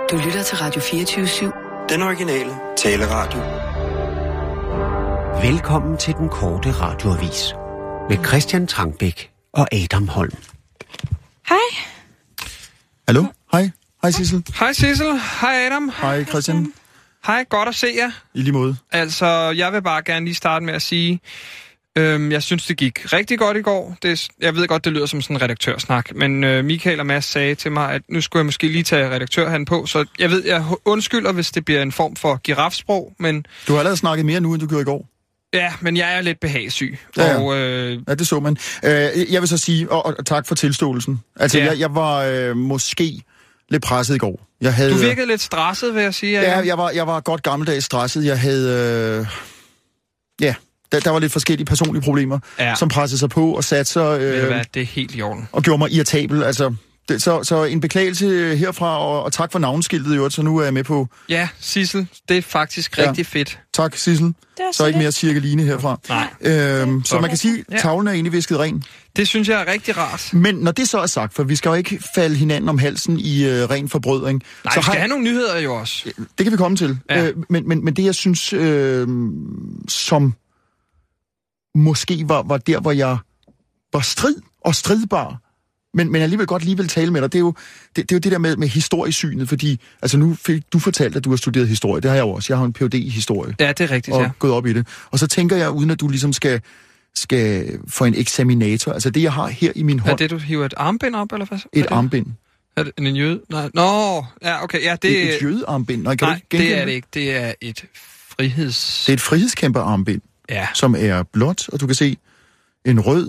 Du lytter til Radio 24/7. Den originale taleradio. Velkommen til den korte radioavis med Christian Trangbæk og Adam Holm. Hej. Hallo? Hej. Hej Sissel. Hej Sissel. Hej Adam. Hej Christian. Hej, godt at se jer. I lige måde. Altså, jeg vil bare gerne lige starte med at sige, jeg synes, det gik rigtig godt i går. Jeg ved godt, det lyder som sådan en redaktørsnak, men Michael og Mads sagde til mig, at nu skulle jeg måske lige tage redaktørhanden på, så jeg undskylder, hvis det bliver en form for girafsprog, men... Du har allerede snakket mere nu, end du gjorde i går. Ja, men jeg er lidt behagssyg. Ja, og, ja, det så man. Jeg vil så sige, og tak for tilståelsen. Altså, ja. jeg var måske lidt presset i går. Du virkede lidt stresset, vil jeg sige. Ja, jeg var godt gammeldags stresset. Jeg havde... Der var lidt forskellige personlige problemer, som pressede sig på og satte sig... Ved du hvad, det er helt i orden. Og gjorde mig irritabel, altså... Så en beklagelse herfra, og tak for navneskiltet i øvrigt, så nu er jeg med på... Ja, Sissel, det er faktisk rigtig fedt. Tak, Sissel. Så ikke mere cirkeline herfra. Nej. Så man kan sige, at tavlen er egentlig visket ren. Det synes jeg er rigtig rart. Men når det så er sagt, for vi skal jo ikke falde hinanden om halsen i ren forbrødring. Nej, så vi skal have nogle nyheder jo også. Det kan vi komme til. Ja. Men det, jeg synes, som måske var der, hvor jeg var stridbar, men alligevel godt lige vil tale med dig, det er jo det der med historiesynet, fordi altså nu fik du fortalt, at du har studeret historie, det har jeg jo også. Jeg har en Ph.D. i historie. Ja, det er rigtigt, og gået op i det. Og så tænker jeg, uden at du ligesom skal få en eksaminator, altså det, jeg har her i min hånd... Er det, du hiver et armbind op, eller hvad? Et armbind. Er det en jøde? Nej. Nå, ja, okay. Ja, det er et jødearmbind. Nej, det er det ikke. Det er et friheds... Det er et frihedskæmperarmbind, som er blåt, og du kan se en rød...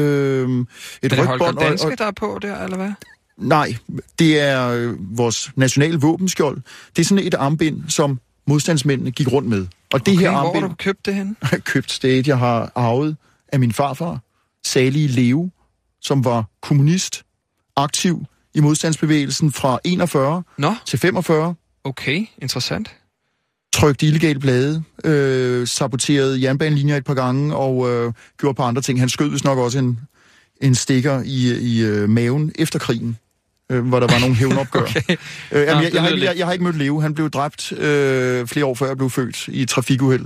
et rødt bånd. Er det Danske, der er på der, eller hvad? Nej, det er vores nationale våbenskjold. Det er sådan et armbind, som modstandsmændene gik rundt med. Og det her armbind... Hvor har du købt det henne? Jeg har købt det, jeg har arvet af min farfar, salige Leo, som var kommunist, aktiv i modstandsbevægelsen fra 41 til 45. Okay, interessant. Trykte illegale blade, saboterede jernbanelinjer et par gange og gjorde på andre ting. Han skød vist nok også en stikker i maven efter krigen, hvor der var nogle hævnopgør. Okay. Jeg har ikke mødt Leo. Han blev dræbt flere år før jeg blev født i et trafikuheld.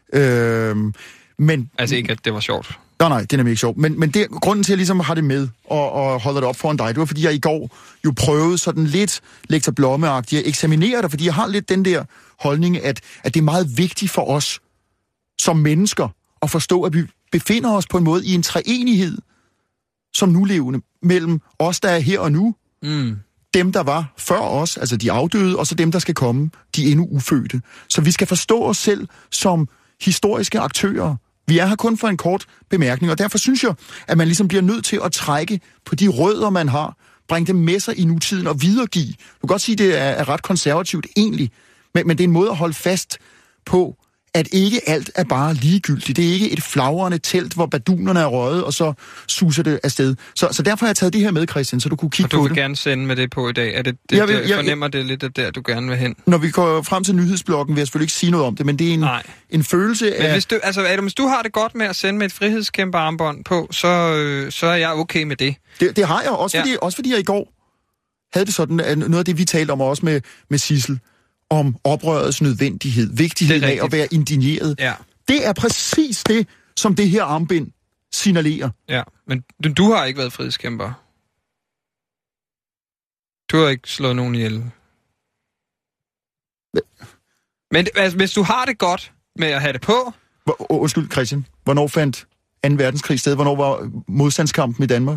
Men altså ikke, at det var sjovt? Nej, det er nemlig ikke sjovt. Men det, grunden til, at jeg ligesom har det med og holder det op foran dig, det var, fordi jeg i går jo prøvede sådan lidt lektor Blomme-agtigt at eksaminere dig, fordi jeg har lidt den der holdning, at det er meget vigtigt for os som mennesker at forstå, at vi befinder os på en måde i en treenighed som nulevende mellem os, der er her og nu, dem, der var før os, altså de afdøde, og så dem, der skal komme, de endnu ufødte. Så vi skal forstå os selv som historiske aktører. Vi er her kun for en kort bemærkning, og derfor synes jeg, at man ligesom bliver nødt til at trække på de rødder, man har, bringe dem med sig i nutiden og videregive. Du kan godt sige, at det er ret konservativt egentlig, men det er en måde at holde fast på, at ikke alt er bare ligegyldigt. Det er ikke et flagrende telt, hvor badunerne er røget, og så suser det afsted. Så derfor har jeg taget det her med, Christian, så du kunne kigge på det. Og du vil gerne sende med det på i dag. Er det jeg fornemmer det lidt af der, du gerne vil hen? Når vi går frem til nyhedsblokken, vil jeg selvfølgelig ikke sige noget om det, men det er en følelse af... Men hvis du har det godt med at sende med et frihedskæmperarmbånd på, så er jeg okay med det. Det har jeg også, fordi jeg i går havde det sådan, at noget af det, vi talte om også med Sissel, om oprørets nødvendighed, vigtigheden af at være indigneret. Ja. Det er præcis det, som det her armbind signalerer. Ja, men du har ikke været frihedskæmper. Du har ikke slået nogen ihjel. Men altså, hvis du har det godt med at have det på... Undskyld, Christian. Hvornår fandt 2. verdenskrig sted? Hvornår var modstandskampen i Danmark?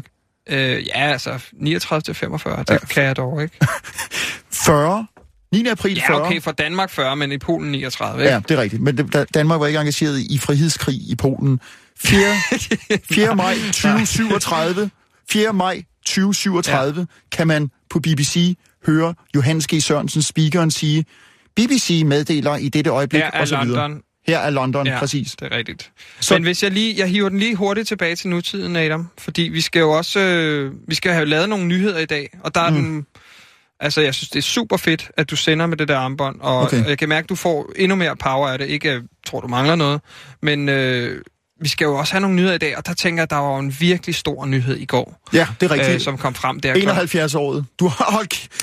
39-45. Det kan jeg dog ikke. 40? 9. april 40. Ja, okay, for Danmark 40, men i Polen 39, ikke? Ja, det er rigtigt. Men Danmark var ikke engageret i frihedskrig i Polen. 4. maj 2037. 4. maj 2037 kan man på BBC høre Johannes G. Sørensen, speakeren, sige, BBC meddeler i dette øjeblik, og så videre. Her er London, præcis. Det er rigtigt. Men hvis jeg hiver den lige hurtigt tilbage til nutiden, Adam, fordi vi skal jo også vi skal have lavet nogle nyheder i dag, og der er den... Altså, jeg synes, det er super fedt, at du sender med det der armbånd, og jeg kan mærke, at du får endnu mere power af det. Ikke, jeg tror, du mangler noget, men vi skal jo også have nogle nyheder i dag, og der tænker jeg, at der var en virkelig stor nyhed i går. Ja, det er rigtigt. Som kom frem der. 71-året. Du har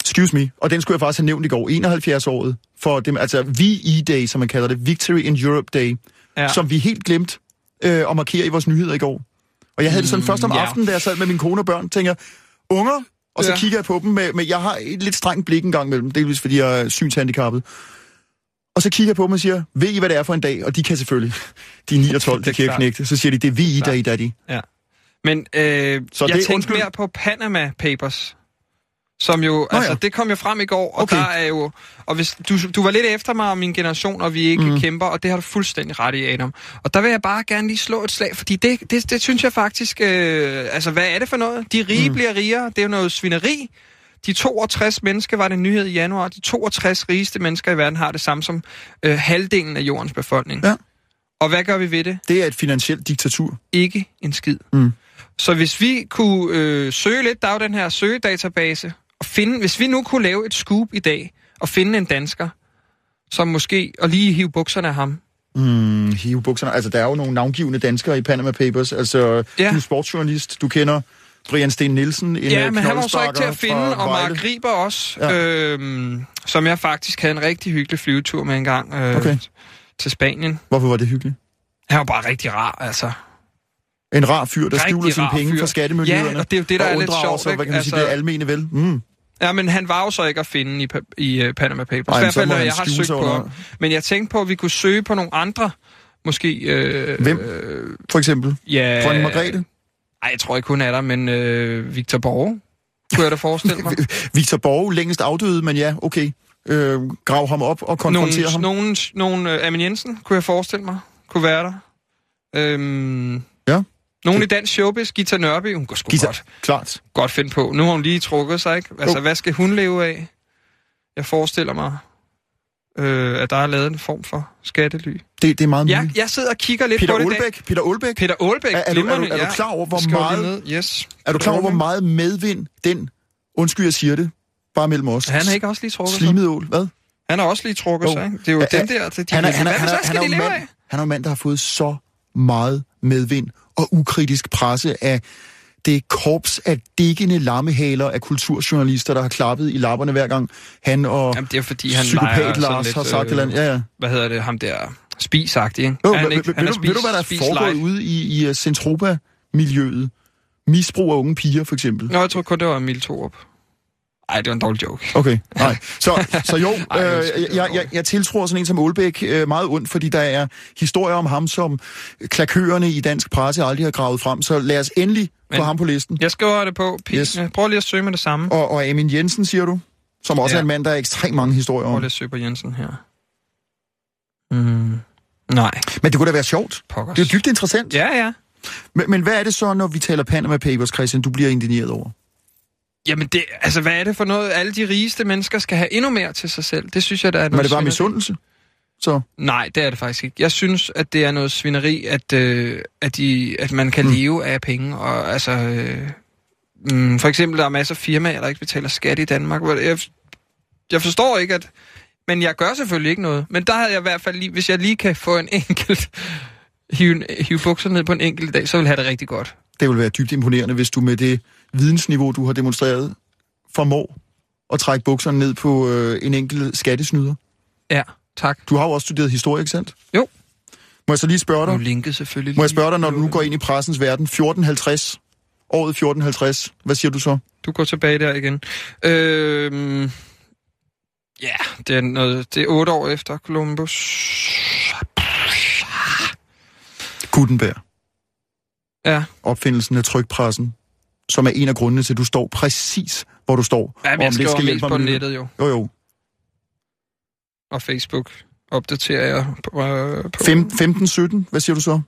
Excuse me. Og den skulle jeg faktisk have nævnt i går. 71-året for dem, altså VE-Day, som man kalder det. Victory in Europe Day. Ja. Som vi helt glemt at markere i vores nyheder i går. Og jeg havde det sådan først om aftenen, da jeg sad med min kone og børn, tænker unger, og så kigger jeg på dem med jeg har et lidt strengt blik en gang mellem, delvis fordi jeg er synshandicappet. Og så kigger jeg på dem og siger, ved I, hvad det er for en dag? Og de kan selvfølgelig. De er 9 og 12, de kan ikke knægte. Så siger de, det er VE-Day, daddy. Ja. Men jeg tænkte mere på Panama Papers. Som jo, det kom jo frem i går, og der er jo... Og hvis du var lidt efter mig om min generation, og vi ikke kæmper, og det har du fuldstændig ret i, Adam. Og der vil jeg bare gerne lige slå et slag, fordi det synes jeg faktisk... hvad er det for noget? De rige bliver rigere, det er jo noget svineri. De 62 mennesker, var det nyhed i januar, de 62 rigeste mennesker i verden har det samme som halvdelen af jordens befolkning. Ja. Og hvad gør vi ved det? Det er et finansielt diktatur. Ikke en skid. Så hvis vi kunne søge lidt, der er jo den her søgedatabase, og hvis vi nu kunne lave et scoop i dag, og finde en dansker, som måske, og lige hive bukserne af ham. Hive bukserne? Altså, der er jo nogle navngivende danskere i Panama Papers. Altså, du er sportsjournalist, du kender Brian Sten Nielsen, en men han var jo så ikke til at finde, og Mark Riber også, som jeg faktisk havde en rigtig hyggelig flyvetur med en gang til Spanien. Hvorfor var det hyggeligt? Han var bare rigtig rar, altså. En rar fyr, der skjuler sine penge fra skattemyndighederne. Ja, og det er jo det, der er lidt sjovt. Hvad kan man sige, det er almene vel? Ja, men han var jo så ikke at finde i Panama Papers. I hvert fald, jeg har søgt på ham. Men jeg tænkte på, at vi kunne søge på nogle andre, måske... Hvem? For eksempel? Ja... Dronning Margrethe? Nej, jeg tror ikke, hun er der, men Victor Borge, kunne jeg da forestille mig. Victor Borge, længst afdøde, men ja, okay. Grav ham op og konfrontere ham. Nogle Amin Jensen, kunne jeg forestille mig, kunne være der. Ja. Nogen i dansk showbiz, Gita Nørby, hun kunne sgu godt finde på. Nu har hun lige trukket sig, ikke? Altså, hvad skal hun leve af? Jeg forestiller mig, at der er lavet en form for skattely. Det er meget muligt. Jeg sidder og kigger lidt på det. Peter Aalbæk? Peter Aalbæk, er du klar over, hvor meget... Er du klar over, hvor meget medvind den... Undskyld, jeg siger det. Bare mellem os. Han har ikke også lige trukket sig? Slimet ål, hvad? Han har også lige trukket sig, ikke? Det er jo den der... Han er en mand, der har fået så meget medvind og ukritisk presse af det korps af dækkende lammehaler af kulturjournalister, der har klappet i lapperne hver gang han og det er fordi, han psykopat Lars har sagt et eller andet. Ja. Hvad hedder det? Ham der spisagtig, ikke? Ved du, hvad der er foregået ude i Centropa-miljøet? Misbrug af unge piger, for eksempel. Nå, jeg tror kun, det var Emil Thorup. Ej, det var en dårlig joke. Okay, nej. Så jo, jeg tiltror sådan en som Aalbæk meget ondt, fordi der er historier om ham, som klakørerne i dansk presse aldrig har gravet frem. Så lad os endelig få ham på listen. Jeg skriver det på. Prøv lige at søge med det samme. Og Amin Jensen, siger du? Som også er en mand, der er ekstremt mange historier om. Prøv lige at søge på Jensen her. Nej. Men det kunne da være sjovt. Pokkers. Det er jo dybt interessant. Ja. Men hvad er det så, når vi taler Panama Papers, Christian, du bliver indigneret over? Jamen, hvad er det for noget? Alle de rigeste mennesker skal have endnu mere til sig selv. Det synes jeg, der er noget. Men er det bare misundelse? Så? Nej, det er det faktisk ikke. Jeg synes, at det er noget svineri, at man kan leve af penge. Og altså, for eksempel, der er masser af firmaer, der ikke betaler skat i Danmark. Jeg forstår ikke, men jeg gør selvfølgelig ikke noget. Men der havde jeg i hvert fald lige, hvis jeg lige kan få en enkelt hive bukser ned på en enkelt dag, så vil jeg have det rigtig godt. Det vil være dybt imponerende, hvis du med det vidensniveau, du har demonstreret, formår at trække bukserne ned på en enkelt skattesnyder. Ja, tak. Du har jo også studeret historie, ikke sandt? Jo. Må jeg så lige spørge dig? Nu linket selvfølgelig. Må jeg spørge dig, når du nu går ind i pressens verden, 1450, året 1450, hvad siger du så? Du går tilbage der igen. Ja, det er 8 år efter Columbus. Gutenberg. Ja. Opfindelsen af trykpressen, som er en af grundene til, at du står præcis, hvor du står. Ja, men jeg skriver mest på nettet, jo. Jo. Og Facebook opdaterer jeg på 15-17, hvad siger du så?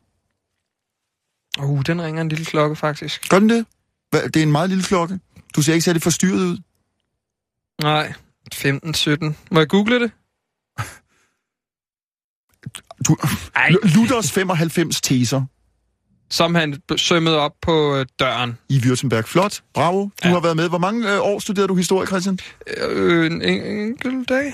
Den ringer en lille klokke, faktisk. Gør den det? Det er en meget lille klokke. Du ser ikke særlig forstyrret ud. Nej, 15-17. Må jeg google det? Luthers 95 teser. Som han sømmede op på døren. I Württemberg. Flot. Bravo. Du har været med. Hvor mange år studerede du historie, Christian? En enkelt dag.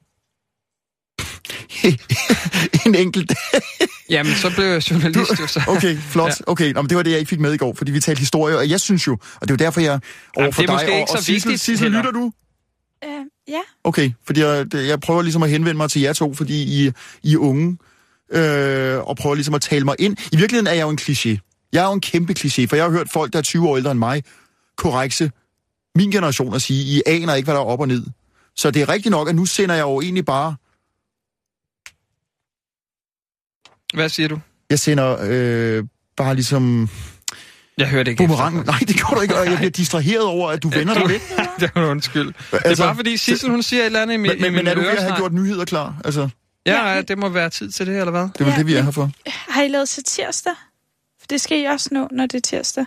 En enkelt dag? Jamen, så blev jeg journalist jo så. Okay, flot. Ja. Okay, men det var det, jeg ikke fik med i går, fordi vi talte historie, og jeg synes jo, og det er jo derfor, jeg overfor dig og Sissel, lytter du? Ja. Okay, fordi jeg prøver ligesom at henvende mig til jer to, fordi I er unge, og prøver ligesom at tale mig ind. I virkeligheden er jeg jo en kliché. Jeg er jo en kæmpe kliché, for jeg har hørt folk, der er 20 år ældre end mig, korrekse min generation at sige, I aner ikke, hvad der er op og ned. Så det er rigtigt nok, at nu sender jeg jo egentlig bare... Hvad siger du? Jeg sender bare ligesom... Jeg hørte ikke boomerang. Nej, det gør du ikke, og jeg bliver distraheret over, at du vender dig væk. Det er undskyld. Det er bare fordi Sissel, hun siger et eller andet i min men er du ved at have gjort nyheder klar? Altså... Ja, det må være tid til det, eller hvad? Det er vel det, vi er her for. Har I lavet satirsdag? For det skal I også nå, når det er tirsdag.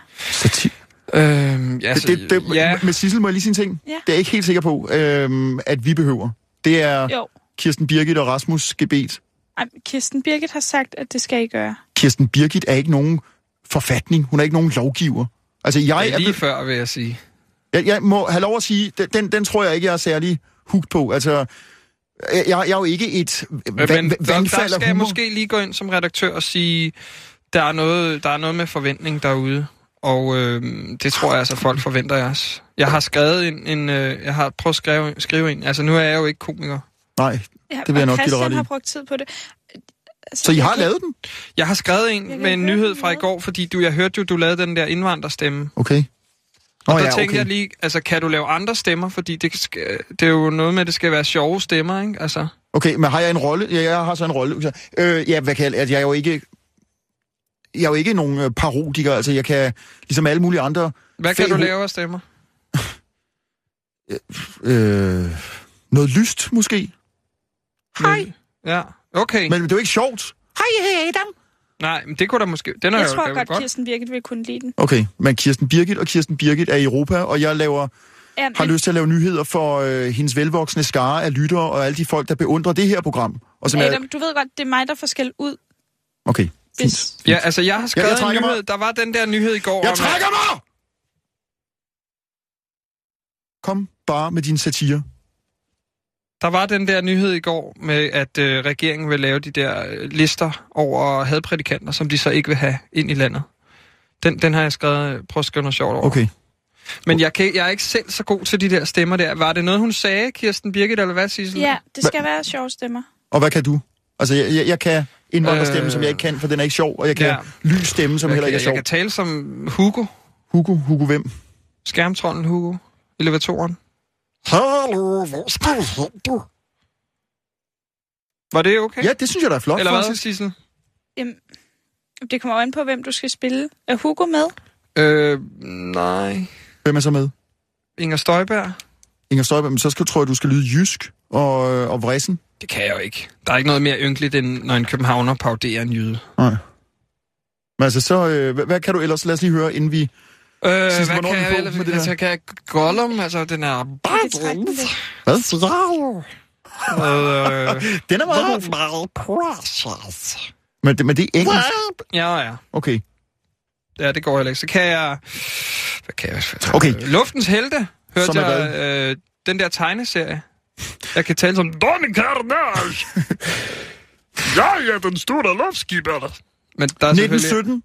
Med Sissel må jeg lige sige en ting. Ja. Det er jeg ikke helt sikker på, at vi behøver. Det er Kirsten Birgit og Rasmus Gebet. Ej, Kirsten Birgit har sagt, at det skal I gøre. Kirsten Birgit er ikke nogen forfatning. Hun er ikke nogen lovgiver. Altså, jeg er lige før, vil jeg sige. Jeg må have lov at sige, den tror jeg ikke, jeg er særlig hooked på. Altså, jeg er jo ikke et vandfald af der skal jeg måske lige gå ind som redaktør og sige, der er noget med forventning derude. Og det tror jeg altså, folk forventer af os. Jeg har skrevet jeg har prøvet at skrive en. Altså, nu er jeg jo ikke komiker. Nej, det vil jeg nok give dig ret i. Christian har brugt tid på det. Altså, så I har lavet den? Jeg har skrevet en med en nyhed fra i går, fordi jeg hørte jo, du lavede den der indvandrerstemme. Okay. Og der tænkte jeg lige, altså, kan du lave andre stemmer? Fordi det er jo noget med, at det skal være sjove stemmer, ikke? Altså. Okay, men har jeg en rolle? Ja, jeg har så en rolle. Hvad kan jeg er jo ikke... Jeg er jo ikke nogen parodiker, altså jeg kan, ligesom alle mulige andre... Hvad kan du lave af stemmer? Noget lyst, måske? Hej! Ja, okay. Men det er jo ikke sjovt. Hej, Adam! Nej, men det kunne da måske... Jeg tror godt, Kirsten Birgit vil kunne lide den. Okay, men Kirsten Birgit er i Europa, og jeg har lyst til at lave nyheder for hendes velvoksne skare af lyttere, og alle de folk, der beundrer det her program. Og som Adam, du ved godt, det er mig, der får skæld ud. Okay. Fint. Ja, altså jeg har skrevet en nyhed. Der var den der nyhed i går. Jeg trækker mig! Kom bare med din satire. Der var den der nyhed i går med, at regeringen vil lave de der lister over hadprædikanter, som de så ikke vil have ind i landet. Den har jeg skrevet, prøv at skrive noget sjovt over. Okay. Men jeg er ikke selv så god til de der stemmer der. Var det noget, hun sagde, Kirsten Birgit, eller hvad, Sissel? Ja, det skal være sjove stemmer. Og hvad kan du? Altså, jeg kan indvandrerstemme, som jeg ikke kan, for den er ikke sjov, og jeg kan lys stemme, som heller ikke er sjov. Jeg kan tale som Hugo. Hugo hvem? Skærmtrollen Hugo. Elevatoren. Hallo, hvor skal du? Var det okay? Ja, det synes jeg, der er flot. Eller hvad, Sissel? Jamen, det kommer an på, hvem du skal spille. Er Hugo med? Nej. Hvem er så med? Inger Støjberg, men så tror jeg, du skal lyde jysk og vrissen. Det kan jeg jo ikke. Der er ikke noget mere ynkeligt, end når en københavner pauderer en jyde. Nej. Men altså, så hvad kan du ellers? Lad os lige høre, inden vi... hvad kan jeg ellers? Altså, kan jeg Gollum? Altså, den er... Hvad? Den er meget precious. Men det er engelsk? Ja. Okay. Ja, det går heller ikke. Så kan jeg... Hvad kan jeg? Okay. Luftens Helte. Hørte jeg den der tegneserie. Jeg kan tale som... Donny Carnage! Jeg er den store luftskibber. Men der er 1917?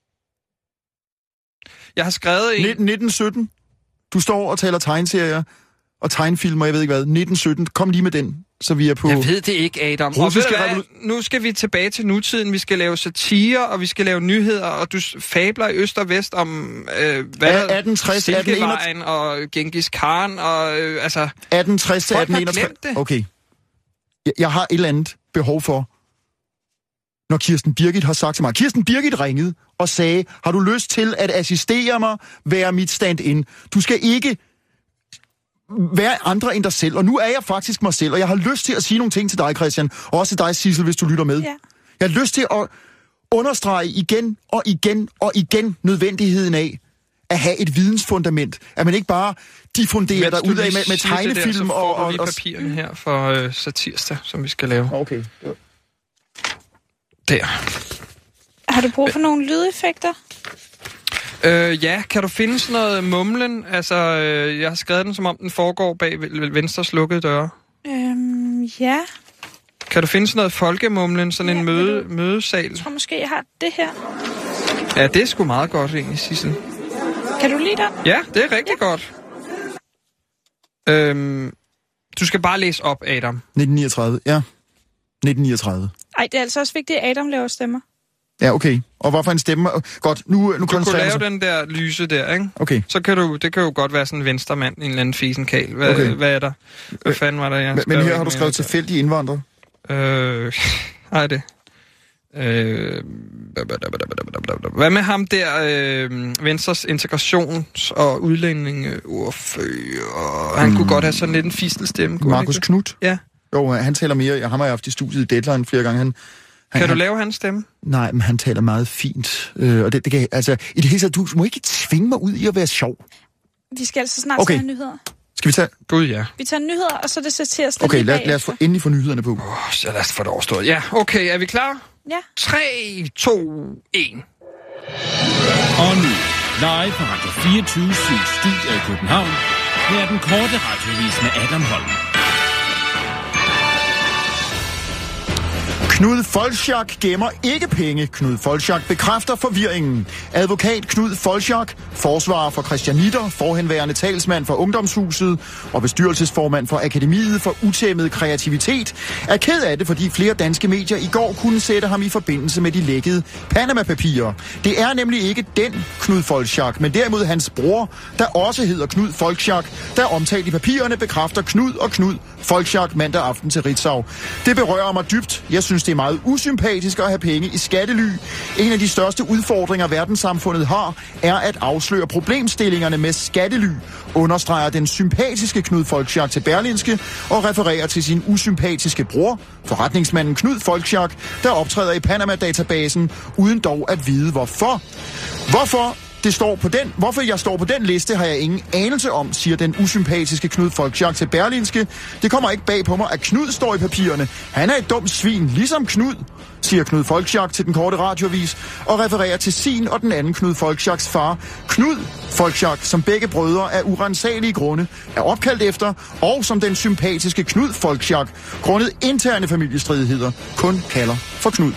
Jeg har skrevet en... 1917? Du står og taler tegneserier og tegnefilm, og jeg ved ikke hvad. 1917. Kom lige med den, så vi er på... Jeg ved det ikke, Adam. Og nu skal vi tilbage til nutiden. Vi skal lave satire, og vi skal lave nyheder, og du fabler i øst og vest om... 1860, Silkevejen og Genghis Khan, og altså... 1860 til 1861. Okay. Jeg har et eller andet behov for, når Kirsten Birgit har sagt til mig. Kirsten Birgit ringede og sagde, har du lyst til at assistere mig, være mit stand-in? Du skal ikke være andre end dig selv. Og nu er jeg faktisk mig selv, og jeg har lyst til at sige nogle ting til dig, Christian. Og også til dig, Sissel, hvis du lytter med. Ja. Jeg har lyst til at understrege igen og igen og igen nødvendigheden af at have et vidensfundament. At man ikke bare diffunderer der ud af med tegnefilm der, og... lige papirerne her for satirsdag, som vi skal lave. Okay. Der. Har du brug for nogle lydeffekter? Ja, kan du finde sådan noget mumlen? Altså, jeg har skrevet den, som om den foregår bag venstre slukkede døre. Ja. Kan du finde sådan noget folkemumlen, sådan en mødesal? Jeg tror måske, jeg har det her. Ja, det er sgu meget godt, egentlig, Sissel. Kan du lide den? Ja, det er rigtig godt. Du skal bare læse op, Adam. 1939, ja. 1939. Ej, det er altså også vigtigt, at Adam laver stemmer. Ja, okay. Og hvorfor en stemme? Godt, nu du kunne lave sig. den der lyse der, ikke? Okay. Så kan det kan jo godt være sådan en venstremand, en eller anden fisenkal. Hvad er der? Hvad fanden var der, jeg Men her har du skrevet tilfældige indvandrere. Nej, det. Hvad med ham der, Venstres integrations- og udlændingeordfører? Han kunne godt have sådan lidt en fistelstemme. Markus Knudt? Ja. Jo, han taler mere. Ham har jeg haft i studiet i Deadline flere gange. Kan du lave hans stemme? Nej, men han taler meget fint. Og det kan, altså, i det hele taget, du må ikke tvinge mig ud i at være sjov. Vi skal altså snart tage nyheder. Skal vi tage? Gud, ja. Vi tager nyheder, og så er det så til at stille okay, lad os endelig få nyhederne på. Så lad os få det overstået. Ja, okay, er vi klar? Ja. 3, 2, 1. Og nu, live fra Radio 24 Studio i København, her er den korte radioavis med Adam Holm. Knud Foldschack gemmer ikke penge. Knud Foldschack bekræfter forvirringen. Advokat Knud Foldschack, forsvarer for Christianitter, forhenværende talsmand for Ungdomshuset og bestyrelsesformand for Akademiet for Utæmmet Kreativitet, er ked af det, fordi flere danske medier i går kunne sætte ham i forbindelse med de lækkede Panama-papirer. Det er nemlig ikke den Knud Foldschack, men derimod hans bror, der også hedder Knud Foldschack, der omtalt i papirerne, bekræfter Knud og Knud Foldschack mandag aften til Ritzau. Det berører mig dybt. Jeg synes, det er meget usympatisk at have penge i skattely. En af de største udfordringer, verdenssamfundet har, er at afsløre problemstillingerne med skattely, understreger den sympatiske Knud Foldschack til Berlingske og refererer til sin usympatiske bror, forretningsmanden Knud Foldschack, der optræder i Panama-databasen, uden dog at vide hvorfor. Hvorfor jeg står på den liste, har jeg ingen anelse om, siger den usympatiske Knud Foldschack til Berlingske. Det kommer ikke bag på mig, at Knud står i papirerne. Han er et dumt svin, ligesom Knud, siger Knud Foldschack til den korte radioavis, og refererer til sin og den anden Knud Foldsschacks far, Knud Foldschack, som begge brødre af urensagelige grunde er opkaldt efter, og som den sympatiske Knud Foldschack, grundet interne familiestridigheder, kun kalder for Knud.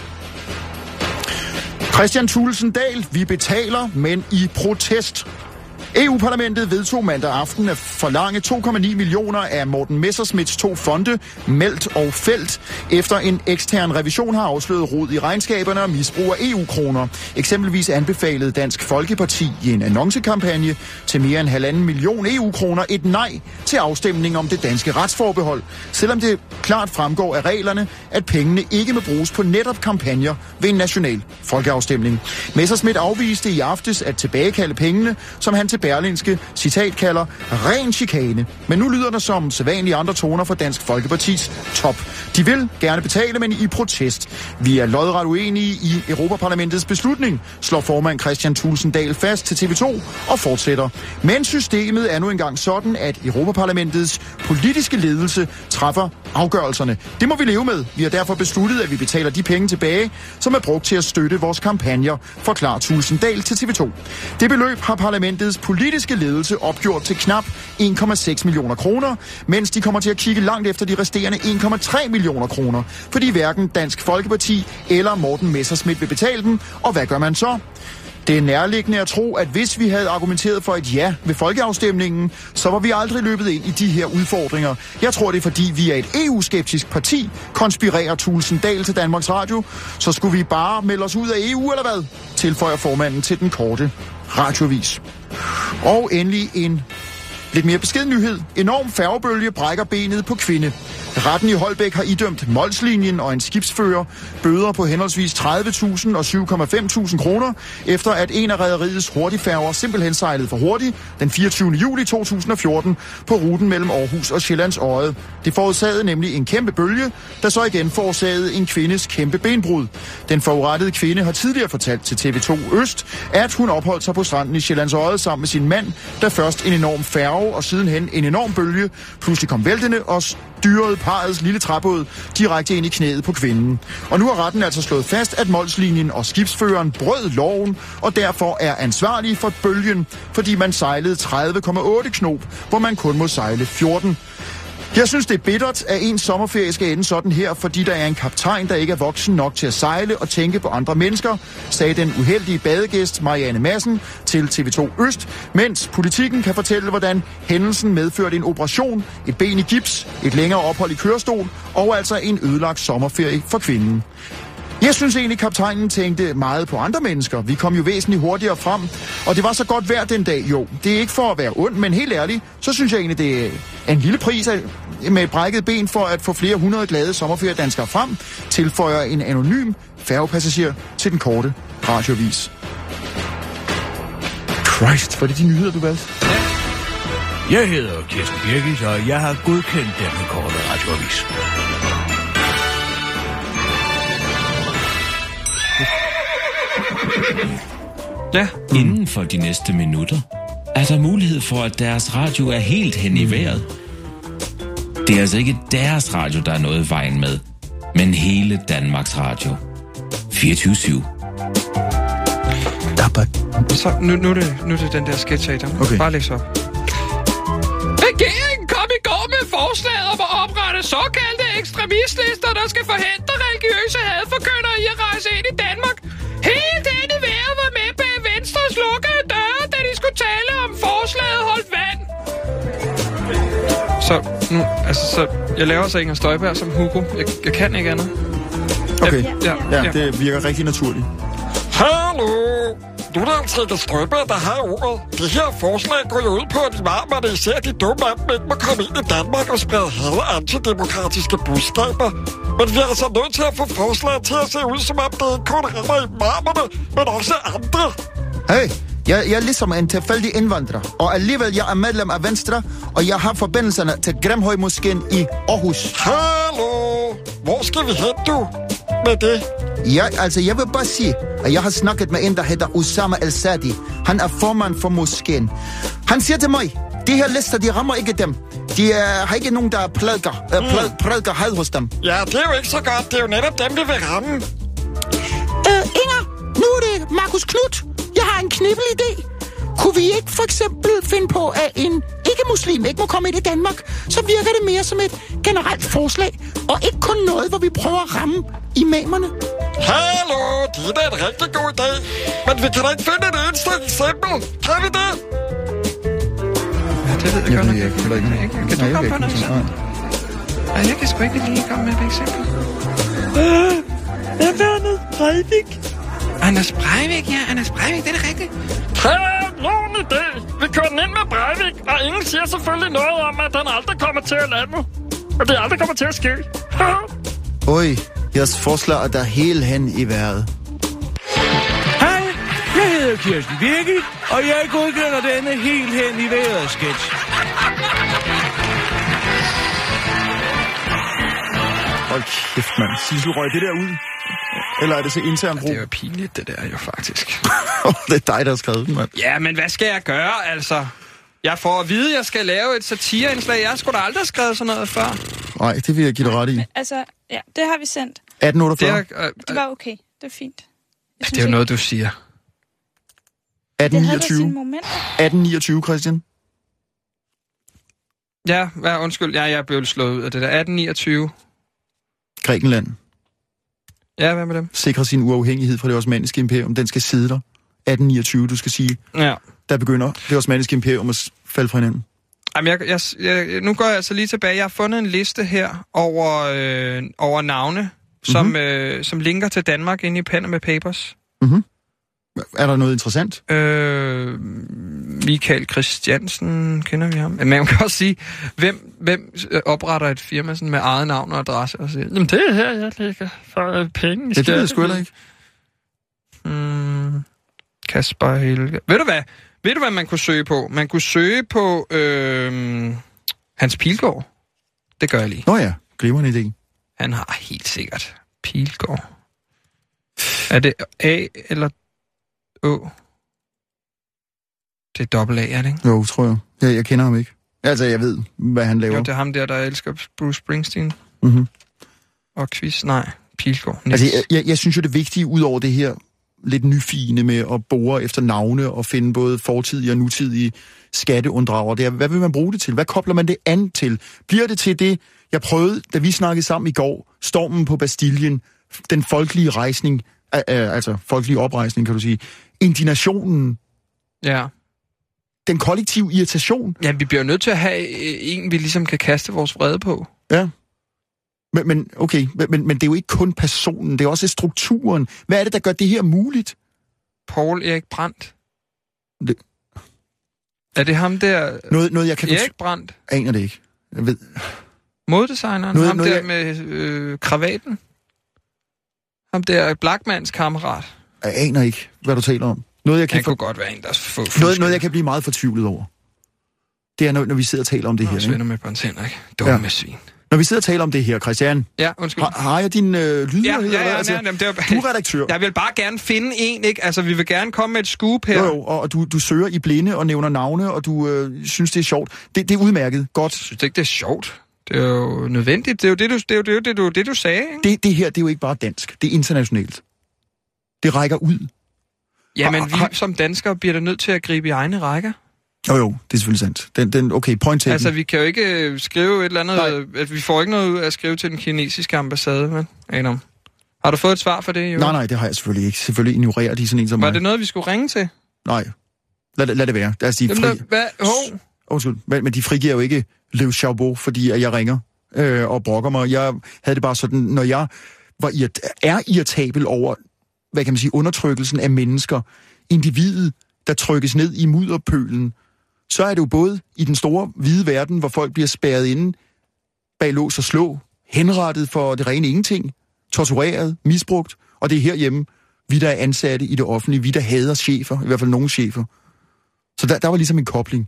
Kristian Thulesen Dahl, vi betaler, men i protest. EU-parlamentet vedtog mandag aften at forlange 2,9 millioner af Morten Messerschmidts 2 fonde, Meldt og Felt, efter en ekstern revision har afsløret rod i regnskaberne og misbrug af EU-kroner. Eksempelvis anbefalede Dansk Folkeparti i en annoncekampagne til mere end 1,5 million EU-kroner et nej til afstemning om det danske retsforbehold, selvom det klart fremgår af reglerne, at pengene ikke må bruges på netop kampagner ved en national folkeafstemning. Messerschmidt afviste i aftes at tilbagekalde pengene, som han til Berlingske, citat, kalder ren chikane. Men nu lyder der som sædvanlige andre toner fra Dansk Folkepartis top. De vil gerne betale, men i protest. Vi er lodret uenige i Europaparlamentets beslutning, slår formand Kristian Thulesen Dahl fast til TV2 og fortsætter. Men systemet er nu engang sådan, at Europaparlamentets politiske ledelse træffer afgørelserne. Det må vi leve med. Vi har derfor besluttet, at vi betaler de penge tilbage, som er brugt til at støtte vores kampagner, forklarer Thulesen Dahl til TV2. Det beløb har parlamentets politiske ledelse opgjort til knap 1,6 millioner kroner, mens de kommer til at kigge langt efter de resterende 1,3 millioner kroner, fordi hverken Dansk Folkeparti eller Morten Messerschmidt vil betale dem, og hvad gør man så? Det er nærliggende at tro, at hvis vi havde argumenteret for et ja ved folkeafstemningen, så var vi aldrig løbet ind i de her udfordringer. Jeg tror, det er fordi, vi er et EU-skeptisk parti, konspirerer Thulesen Dahl til Danmarks Radio. Så skulle vi bare melde os ud af EU, eller hvad? Tilføjer formanden til den korte radioavis. Og endelig en lidt mere beskeden nyhed. Enorm færgebølge brækker benet på kvinde. Retten i Holbæk har idømt Molslinjen og en skibsfører bøder på henholdsvis 30.000 og 7,5.000 kroner, efter at en af rederiets hurtigfærger simpelthen sejlede for hurtigt den 24. juli 2014 på ruten mellem Aarhus og Sjællands Odde. Det forårsagede nemlig en kæmpe bølge, der så igen forårsagede en kvindes kæmpe benbrud. Den forurettede kvinde har tidligere fortalt til TV2 Øst, at hun opholdt sig på stranden i Sjællands Odde sammen med sin mand, da først en enorm færge og sidenhen en enorm bølge pludselig kom væltende og styrede parrets lille træbåd direkte ind i knæet på kvinden. Og nu har retten altså slået fast, at Molslinjen og skibsføreren brød loven, og derfor er ansvarlige for bølgen, fordi man sejlede 30,8 knop, hvor man kun må sejle 14. Jeg synes, det er bittert, at en sommerferie skal ende sådan her, fordi der er en kaptajn, der ikke er voksen nok til at sejle og tænke på andre mennesker, sagde den uheldige badegæst Marianne Madsen til TV2 Øst, mens Politikken kan fortælle, hvordan hændelsen medførte en operation, et ben i gips, et længere ophold i kørestol og altså en ødelagt sommerferie for kvinden. Jeg synes egentlig, kaptajnen tænkte meget på andre mennesker. Vi kom jo væsentligt hurtigere frem, og det var så godt vejr den dag. Jo, det er ikke for at være ond, men helt ærligt, så synes jeg egentlig, det er en lille pris med brækket ben for at få flere 100 glade sommerferiedanskere frem, tilføjer en anonym færgepassager til den korte radioavis. Christ, var det de nyheder, du valgte? Jeg hedder Kirsten Birgit, og jeg har godkendt denne korte radioavis. Ja. Inden for de næste minutter er der mulighed for, at deres radio er helt hen i vejret. Det er altså ikke deres radio, der er noget i vejen med, men hele Danmarks Radio. 24/7. Så nu er det den der sketch af dem. Okay. Bare læs op. Regeringen kom i går med forslaget om at oprette såkaldte ekstremistlister, der skal forhindre religiøse hadforkyndere i at rejse ind i Danmark. Hele denne vejr var med bag Venstres lukkede døre, da de skulle tale om forslaget holdt vand. Så jeg laver så Inger Støjberg som Hugo. Jeg kan ikke andet. Okay, Ja. Det virker rigtig naturligt. Hallo! Nu er der altså Inger Støjberg, der har ordet. Det her forslag går jo ud på, at imamerne, især de dumme af dem, ikke må komme ind i Danmark og sprede hele antidemokratiske budskaber. Men vi er altså nødt til at få forslaget til at se ud, som om det ikke kun rammer imamerne, men også andre. Hey, jeg er ligesom en tilfældig indvandrer, og alligevel jeg er medlem af Venstre, og jeg har forbindelserne til Grimhøjmoskeen i Aarhus. Hallo! Hvor skal vi hen, du? Med det? Ja, altså jeg vil bare sige, at jeg har snakket med en, der hedder Osama El-Sadi. Han er formand for moskeen. Han siger til mig, de her lister, de rammer ikke dem. De har ikke nogen, der prædiker had hos dem. Ja, det er jo ikke så godt. Det er jo netop dem, vi vil ramme. Inger, nu er det Markus Knudt. Jeg har en knibbelidé. Kunne vi ikke for eksempel finde på, at en ikke-muslim ikke må komme ind i Danmark? Så virker det mere som et generelt forslag, og ikke kun noget, hvor vi prøver at ramme imamerne. Hallo, det er da en rigtig god idé. Men vi kan da ikke finde et eneste eksempel. Kan vi det? Ja, det ved jeg godt nok ikke. Kan du komme på noget eksempel? Nej, jeg kan sgu ikke lige komme med et eksempel. Hvad er Anders Breivik? Anders Breivik, ja. Anders Breivik, det er da rigtigt. Nogen idé. Vi kører den ind med Breivik, og ingen siger selvfølgelig noget om, at den aldrig kommer til at lande. Og det aldrig kommer til at ske. Oj, jeres forslag er der helt hen i vejret. Hej, jeg hedder Kirsten Birgit, og jeg godkender denne helt hen i vejret sketch. Hold kæft, mand. Sissel, røg det der ud? Eller er det så intern brug? Det er jo pinligt, det der jo faktisk. Det er dig, der har skrevet den, mand. Ja, men hvad skal jeg gøre, altså? Jeg får at vide, at jeg skal lave et satireindslag. Jeg skulle da aldrig have skrevet sådan noget før. Nej, det vil jeg give dig ret i. Men, altså, ja, det har vi sendt. 1848? Det var okay. Det er fint. Det er jo noget, du siger. 1829. Det havde da sine momenter. 1829, Christian. Ja, undskyld. Ja, jeg blev slået ud af det der. 1829. Grækenland. Ja, hvad med dem? Sikrer sin uafhængighed fra det osmanniske imperium. Den skal sidde der. 1829, du skal sige. Ja. Der begynder det osmanniske imperium at falde fra hinanden. Jamen, nu går jeg altså lige tilbage. Jeg har fundet en liste her over navne, som linker til Danmark inde i Panama Papers. Mm-hmm. Er der noget interessant? Michael Christiansen, kender vi ham? Men man kan også sige, hvem opretter et firma sådan med eget navn og adresse og siger, jamen det er her, jeg lægger for penge i det ved jeg sgu heller ikke. Kasper Helge. Ved du hvad man kunne søge på? Man kunne søge på Hans Pilgaard. Det gør jeg lige. Nå ja, glimrende idé. Han har helt sikkert Pilgaard. Er det A eller Å? Det er dobbelt A, er det ikke? Jo, tror jeg. Jeg kender ham ikke. Altså, jeg ved, hvad han laver. Jo, det er ham der elsker Bruce Springsteen. Mm-hmm. Og quiz, nej, Pilgaard. Altså, jeg synes jo, det vigtige ud over det her lidt nyfine med at bore efter navne og finde både fortidige og nutidige skatteunddrager. Hvad vil man bruge det til? Hvad kobler man det an til? Bliver det til det, jeg prøvede, da vi snakkede sammen i går, stormen på Bastillen, den folkelige rejsning, altså folkelige oprejsning, kan du sige, indignationen, ja, den kollektive irritation? Ja, vi bliver nødt til at have en, vi ligesom kan kaste vores vrede på. Ja. Men det er jo ikke kun personen, det er også strukturen. Hvad er det, der gør det her muligt? Poul Erik Brandt. Er det ham der? Noget jeg kan Erik Brandt? Aner det ikke. Jeg ved. Moddesigneren? Ham der med kravaten? Ham der Blackmans kammerat? Jeg aner ikke, hvad du taler om. Noget, jeg kunne godt være en, der noget, jeg kan blive meget fortvivlet over. Det er, når vi sidder og taler om det her. Svender med Prins Henrik. Dumme svin. Når vi sidder og taler om det her, Christian. Ja, undskyld. Har jeg din lydhørighed? Ja, du er redaktør. Jeg vil bare gerne finde en, ikke? Altså, vi vil gerne komme med et scoop her. Jo, og du søger i blinde og nævner navne, og du synes, det er sjovt. Det er udmærket. Godt. Jeg synes ikke, det er sjovt. Det er jo nødvendigt. Det er jo det, du sagde, ikke? Det her, det er jo ikke bare dansk. Det er internationalt. Det rækker ud. Jamen, vi som danskere bliver da nødt til at gribe i egne rækker. Jo, det er selvfølgelig sandt. Okay, point taken. Altså, vi kan jo ikke skrive et eller andet... Vi får ikke noget ud af at skrive til den kinesiske ambassade, men Adam. Har du fået et svar for det, jo? Nej, det har jeg selvfølgelig ikke. Selvfølgelig ignorerer de sådan en som mig. Var det noget, vi skulle ringe til? Nej. Lad det være. Altså, Undskyld, men de frigiver jo ikke Le Chabot, fordi jeg ringer og brokker mig. Jeg havde det bare sådan, når jeg er irritabel over, hvad kan man sige, undertrykkelsen af mennesker, individet, der trykkes ned i mudderpølen, så er det jo både i den store, hvide verden, hvor folk bliver spærret inde bag lås og slå, henrettet for det rene ingenting, tortureret, misbrugt, og det er herhjemme, vi der er ansatte i det offentlige, vi der hader chefer, i hvert fald nogle chefer. Så der var ligesom en kobling.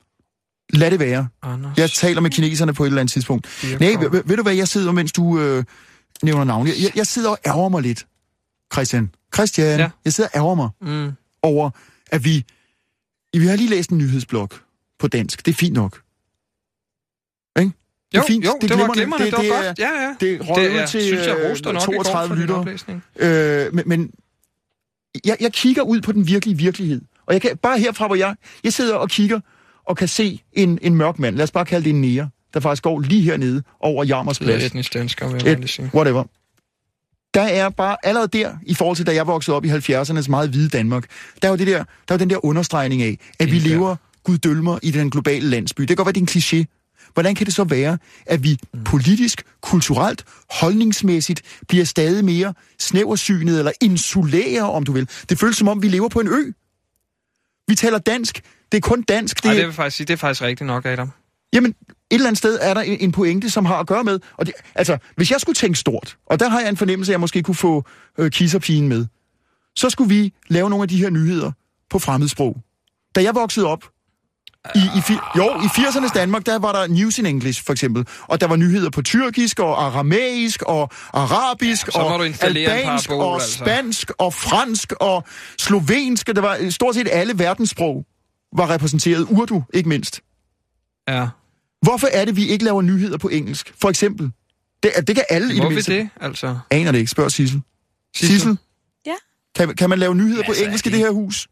Lad det være. Anders. Jeg taler med kineserne på et eller andet tidspunkt. Nej, ved du hvad, jeg sidder, mens du nævner navn. Jeg sidder og ærger mig lidt, Christian. Ja. Jeg sidder og ærger mig over, at vi har lige læst en nyhedsblog på dansk. Det er fint nok. Ikke? Det er fint. Det var glimrende. Det var godt. Ja. Det røg ud til 32 lytter. Men jeg kigger ud på den virkelige virkelighed. Og jeg kan bare herfra, hvor jeg sidder og kigger og kan se en mørk mand. Lad os bare kalde det en nære, der faktisk går lige hernede over Jarmers Plads. Det er etnisk dansker, vil jeg sige. Whatever. Der er bare allerede der, i forhold til da jeg voksede op i 70'ernes meget hvide Danmark, der var den der understregning af, at vi lever guddølmer i den globale landsby. Det kan godt være, det er en kliché. Hvordan kan det så være, at vi politisk, kulturelt, holdningsmæssigt bliver stadig mere snæversynet eller insulære, om du vil? Det føles som om, vi lever på en ø. Vi taler dansk. Det er kun dansk. Det vil faktisk sige, det er faktisk rigtigt nok, Adam. Jamen, et eller andet sted er der en pointe, som har at gøre med. Og det, altså, hvis jeg skulle tænke stort, og der har jeg en fornemmelse, at jeg måske kunne få kisserpigen med, så skulle vi lave nogle af de her nyheder på fremmedsprog. Da jeg voksede op, i 80'ernes Danmark, der var der News in English, for eksempel. Og der var nyheder på tyrkisk, og aramæisk, og arabisk, og albansk, og spansk, og fransk, og slovensk. Der var stort set alle verdenssprog var repræsenteret. Urdu, ikke mindst. Ja. Hvorfor er det, vi ikke laver nyheder på engelsk? For eksempel. Det kan alle i det mindste. Hvorfor det, altså? Aner det ikke. Spørg Sissel. Sissel? Ja. Kan man lave nyheder på engelsk i det her hus?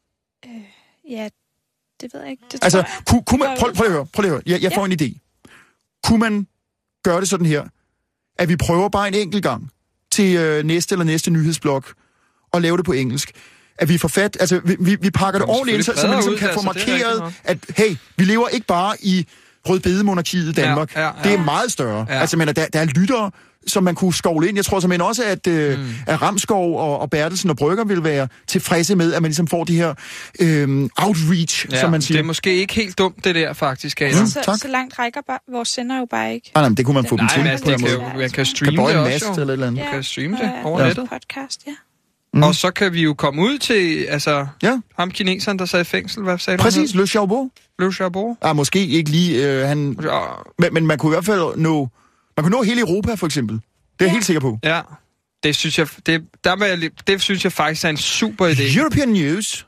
Ja, det ved jeg ikke. Det altså, kunne man... Prøv at høre. Jeg får en idé. Kunne man gøre det sådan her, at vi prøver bare en enkelt gang til næste nyhedsblog og lave det på engelsk? At vi får fat... Altså, vi pakker det ordentligt ind, så man ligesom kan få markeret, at hey, vi lever ikke bare i rødbedemonarkiet i Danmark. Ja. Det er meget større. Ja. Altså, der er lyttere, som man kunne skovle ind. Jeg tror simpelthen også, at Ramskov og Bertelsen og Brygger vil være tilfredse med, at man ligesom får de her outreach, som man siger. Det er måske ikke helt dumt, det der, faktisk. Så langt rækker vores sender jo bare ikke. Nej, men det kunne man få dem til på en måde. Man kan streame det også, jo. Eller andet. Man kan streame det over nettet. Podcast, ja. Og så kan vi jo komme ud til, ham kineseren, der sad i fængsel. Hvad sagde du? Præcis, Le Chabot. Le Chabot. Måske ikke lige men man kunne i hvert fald nå... Man kunne nå hele Europa, for eksempel. Det er jeg helt sikker på. Ja, det synes jeg, det synes jeg faktisk er en super idé. European News,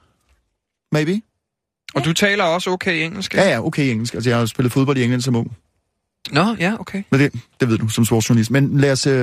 maybe. Og du taler også okay engelsk? Ja, okay engelsk. Altså, jeg har spillet fodbold i England som ung. Nå, ja, okay. Men det ved du som sportsjournalist. Men lad os...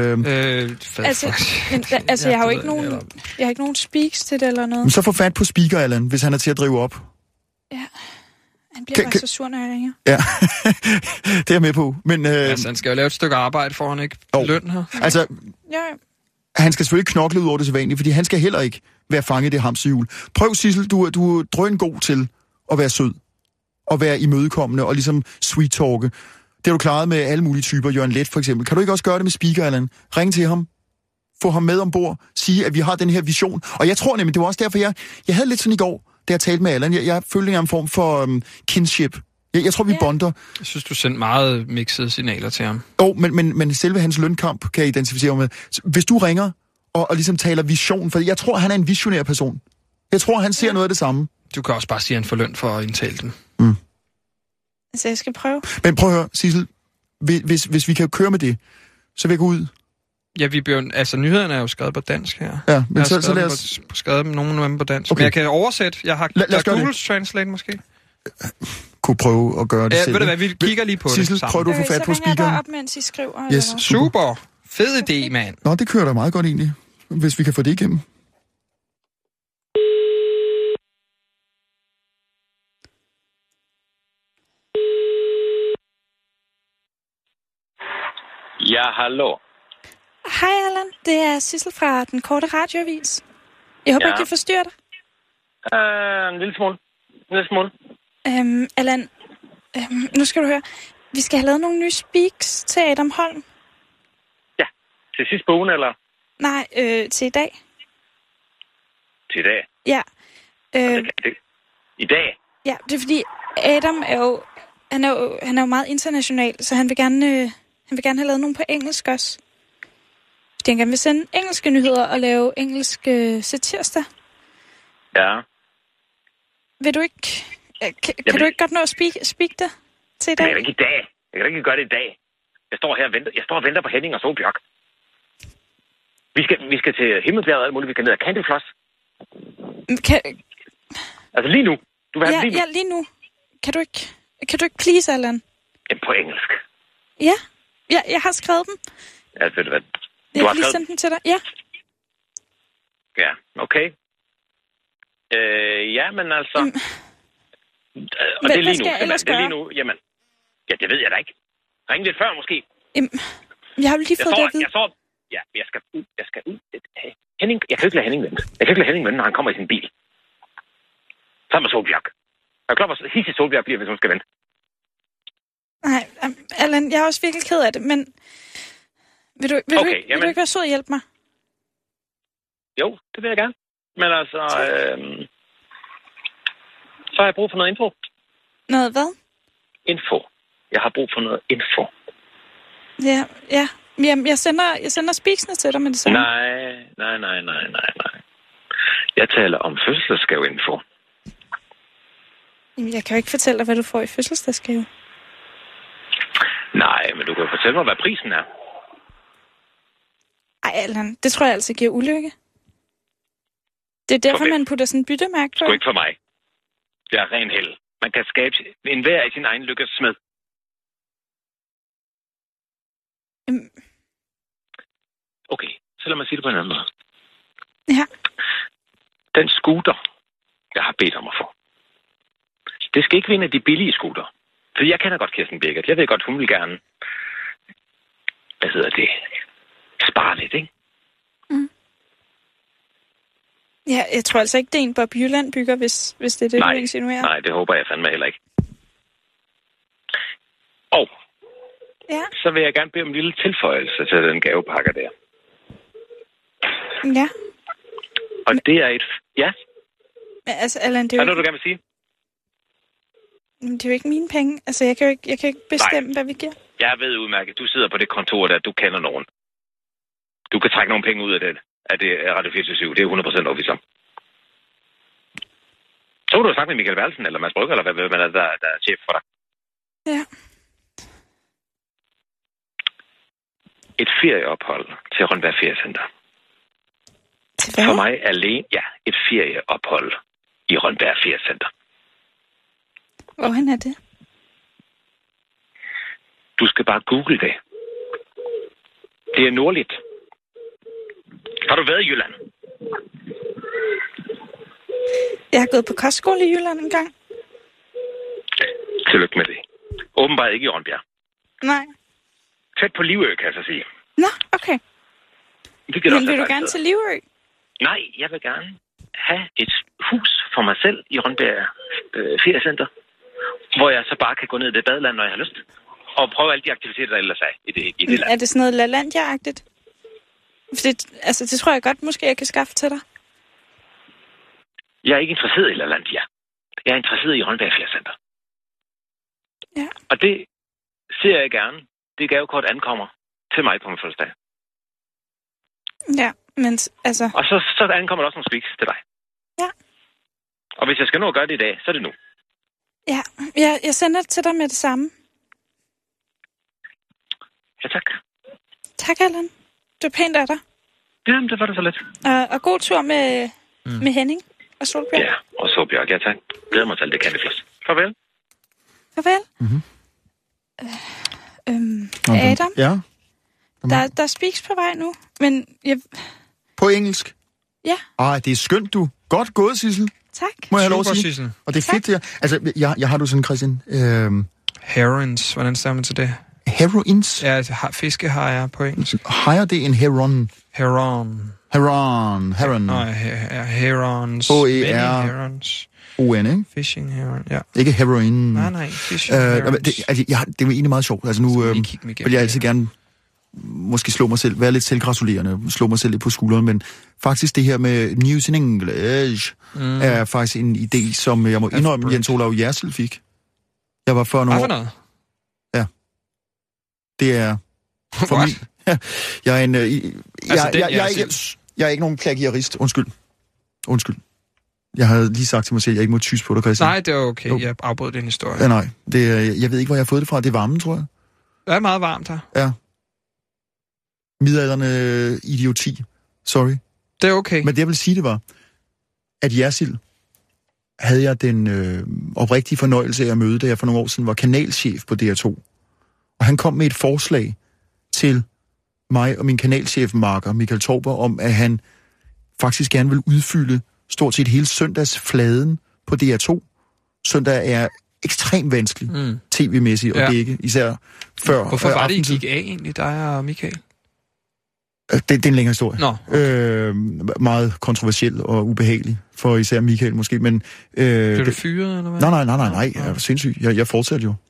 Jeg har jo ikke nogen speaks til det eller noget. Men så få fat på speaker, Allan, hvis han er til at drive op. Ja, han bliver bare så sur, når jeg ringer. Ja, det er jeg med på. Men, altså, han skal jo lave et stykke arbejde, for han ikke løn her. Altså, ja. Han skal selvfølgelig knokle ud over det sædvanlige, fordi han skal heller ikke være fanget i det hamsterhjul. Prøv, Sissel, du er drøn god til at være sød, og være imødekommende, og ligesom sweet-talke. Det har du klaret med alle mulige typer, Jørgen Leth for eksempel. Kan du ikke også gøre det med speaker, Allan? Ring til ham, få ham med ombord, sige, at vi har den her vision. Og jeg tror nemlig, det var også derfor, jeg havde lidt sådan i går, da jeg talte med Allan. Jeg følte en form for kinship. Jeg tror, vi bonder. Jeg synes, du sendte meget mixede signaler til ham. Men selve hans lønkamp kan jeg identificere med. Hvis du ringer og ligesom taler vision, for jeg tror, han er en visionær person. Jeg tror, han ser noget af det samme. Du kan også bare sige, at han får løn for at indtale den. Mm. Altså, jeg skal prøve. Men prøv at høre, Sissel. Hvis vi kan køre med det, så vil jeg gå ud. Ja, nyhederne er jo skrevet på dansk her. Ja, men så lad os... skrevet nogle af dem på dansk. Okay. Men jeg kan oversætte. Jeg har Google Translate måske. Kunne prøve at gøre det selv. Ved du hvad, vi kigger lige på Sissel, det sammen. prøver du at få fat på speakeren? Så ringer jeg bare op, mens I skriver. Yes, super. Fed idé, mand. Nå, det kører da meget godt egentlig, hvis vi kan få det igennem. Ja, hallo. Hej, Allan. Det er Sissel fra Den Korte Radioavis. Jeg håber ikke, jeg forstyrrer dig. En lille smule. Allan, nu skal du høre. Vi skal have lavet nogle nye speaks til Adam Holm. Ja, til sidste på ugen, eller? Nej, til i dag. Til i dag? Ja. I dag? Ja, det er fordi Adam er jo, han er jo meget international, så han vil gerne have lavet nogle på engelsk også. Fordi han gerne vil sende engelske nyheder og lave engelske satirsdag. Ja. Vil du ikke... Kan du ikke godt nå at speak det til i dag? Det er ikke i dag. Jeg kan ikke gøre det i dag. Jeg står her og venter. Jeg står og venter på Henning og Solbjørk. Vi skal til Himmelbjerget og alt muligt. Vi skal ned ad Candyfloss. Altså lige nu. Du vil have lige nu. Ja, lige nu. Kan du ikke please, Allan? Jamen på engelsk. Ja. Jeg har skrevet dem. Ja, ved du hvad? Jeg kan lige sende dem til dig. Ja. Ja, okay. Ja, men altså... og det er lige nu. Det er lige nu. Jamen, ja, det ved jeg da ikke. Ring lidt før, måske. Jeg har jo lige fået det at vide. Jeg skal ud. Henning, jeg kan ikke lade Henning vente. Når han kommer i sin bil. Sammen med Solbjerg. Jeg er klar, hvor hissig Solbjerg bliver, hvis hun skal vente. Nej, Allan, jeg er også virkelig ked af det, men... Vil du ikke være sød at hjælpe mig? Jo, det vil jeg gerne. Men altså... så har jeg brug for noget info. Noget hvad? Info. Jeg har brug for noget info. Ja. Jamen, jeg sender speaksene til dig med det samme. Nej. Jeg taler om fødselsdagsgave-info. Jamen, jeg kan jo ikke fortælle dig, hvad du får i fødselsdagsgave. Nej, men du kan fortælle mig, hvad prisen er. Ej, Allan, det tror jeg altså giver ulykke. Det er derfor, man putter sådan en byttemærke på. Sgu ikke for mig. Det er ren held. Man kan skabe enhver i sin egen lykkes smed. Okay, så lad mig sige det på en anden måde. Ja. Den scooter, jeg har bedt om at få. Det skal ikke være en af de billige scooter. For jeg kender godt Kirsten Birgit. Jeg ved godt, hun vil gerne... spare lidt, ikke? Mm. Ja, jeg tror altså ikke, det er en Bob Jylland bygger, hvis det er det, du insinuerer. Nej, det håber jeg fandme heller ikke. Og så vil jeg gerne bede om en lille tilføjelse til den gavepakke der. Ja. Og det er et... Ja? Altså, Allan, det er jo... Hvad er det, du gerne vil sige? Det er jo ikke mine penge. Altså, jeg kan ikke bestemme, hvad vi giver. Jeg ved udmærket. Du sidder på det kontor der, du kender nogen. Du kan trække nogle penge ud af det. Af det Radio 24/7. Det er 100% officielt. Så kunne du snakke med Michael Valsen eller Mads Brygger, eller hvad der er chef for dig. Ja. Et ferieophold til Rønberg Feriecenter. Til hvad? For mig alene, et ferieophold i Rønberg Feriecenter. Hvorhen er det? Du skal bare google det. Det er nordligt. Har du været i Jylland? Jeg har gået på kostskole i Jylland en gang. Tillykke med det. Åbenbart ikke i Rønbjerg. Nej. Tæt på Livø, kan jeg så sige. Nå, okay. Men vil du gerne til Livø? Nej, jeg vil gerne have et hus for mig selv i Rønbjerg Feriecenter, hvor jeg så bare kan gå ned i det badeland, når jeg har lyst. Og prøve alle de aktiviteter, der ellers er i det land. Er det sådan noget LaLandia-agtigt? Det tror jeg godt, måske jeg kan skaffe til dig. Jeg er ikke interesseret i LaLandia. Jeg er interesseret i Rønbjerg Feriecenter. Ja. Og det ser jeg gerne. Det gavekort ankommer til mig på min fødselsdag. Ja, men altså... Og så ankommer der også nogle speaks til dig. Ja. Og hvis jeg skal nå at gøre det i dag, så er det nu. Ja, jeg sender det til dig med det samme. Ja, tak. Tak, Allan. Det er pænt af dig. Jamen, det var det så lidt. Og god tur med Henning og Solbjørg. Ja, og Solbjørg. Ja, tak. Glæder mig til alt det candyfloss. Farvel. Farvel. Adam? Ja? Der er speaks på vej nu, men På engelsk? Ja. Det er skønt, du. Godt gået, Sissel. Tak. Må jeg have lov at sige? Sissel. Og det er fedt, det her. Altså, jeg har du sådan, Christian... Heroins, hvordan stammer man til det? Heroins? Ja, fiskehajer på engelsk. Hajer det en heron? Heron. Heron. Herons. Herons. O-N, ikke? Fishing heron, ja. Ikke heroin. Nej, fishing herons. Det er jo egentlig meget sjovt. Altså nu vil jeg altid gerne måske slå mig selv, være lidt selvgratulerende, slå mig selv lidt på skulderen, men faktisk det her med News in English er faktisk en idé, som jeg må indrømme, Jens Olav Jersild fik. Jeg var før nogle år. noget? Ja. Det er for mig. Jeg er en... jeg er ikke nogen plagiarist. Undskyld. Jeg havde lige sagt til mig selv, at jeg ikke må tyse på dig, Christian. Nej, det er okay. Jeg afbrød den historie. Ja, nej. Jeg ved ikke, hvor jeg har fået det fra. Det er varmen, tror jeg. Det er meget varmt her. Ja. Midaldrende idioti. Sorry. Det er okay. Men det, jeg vil sige, det var, at Jersild havde jeg den oprigtige fornøjelse af at møde, da jeg for nogle år siden var kanalchef på DR2. Og han kom med et forslag til mig og min kanalchefmarker, Michael Torber, om at han faktisk gerne vil udfylde stort set hele søndagsfladen på DR2. Søndag er ekstremt vanskelig tv-mæssigt at dække, især før. Hvorfor var det, I gik af egentlig, dig og Michael? Det er en længere historie. Nå, okay. Meget kontroversiel og ubehagelig for især Michael måske, men... Blev du fyret, eller hvad? Nej, jeg er sindssyg. Jeg fortsatte jo.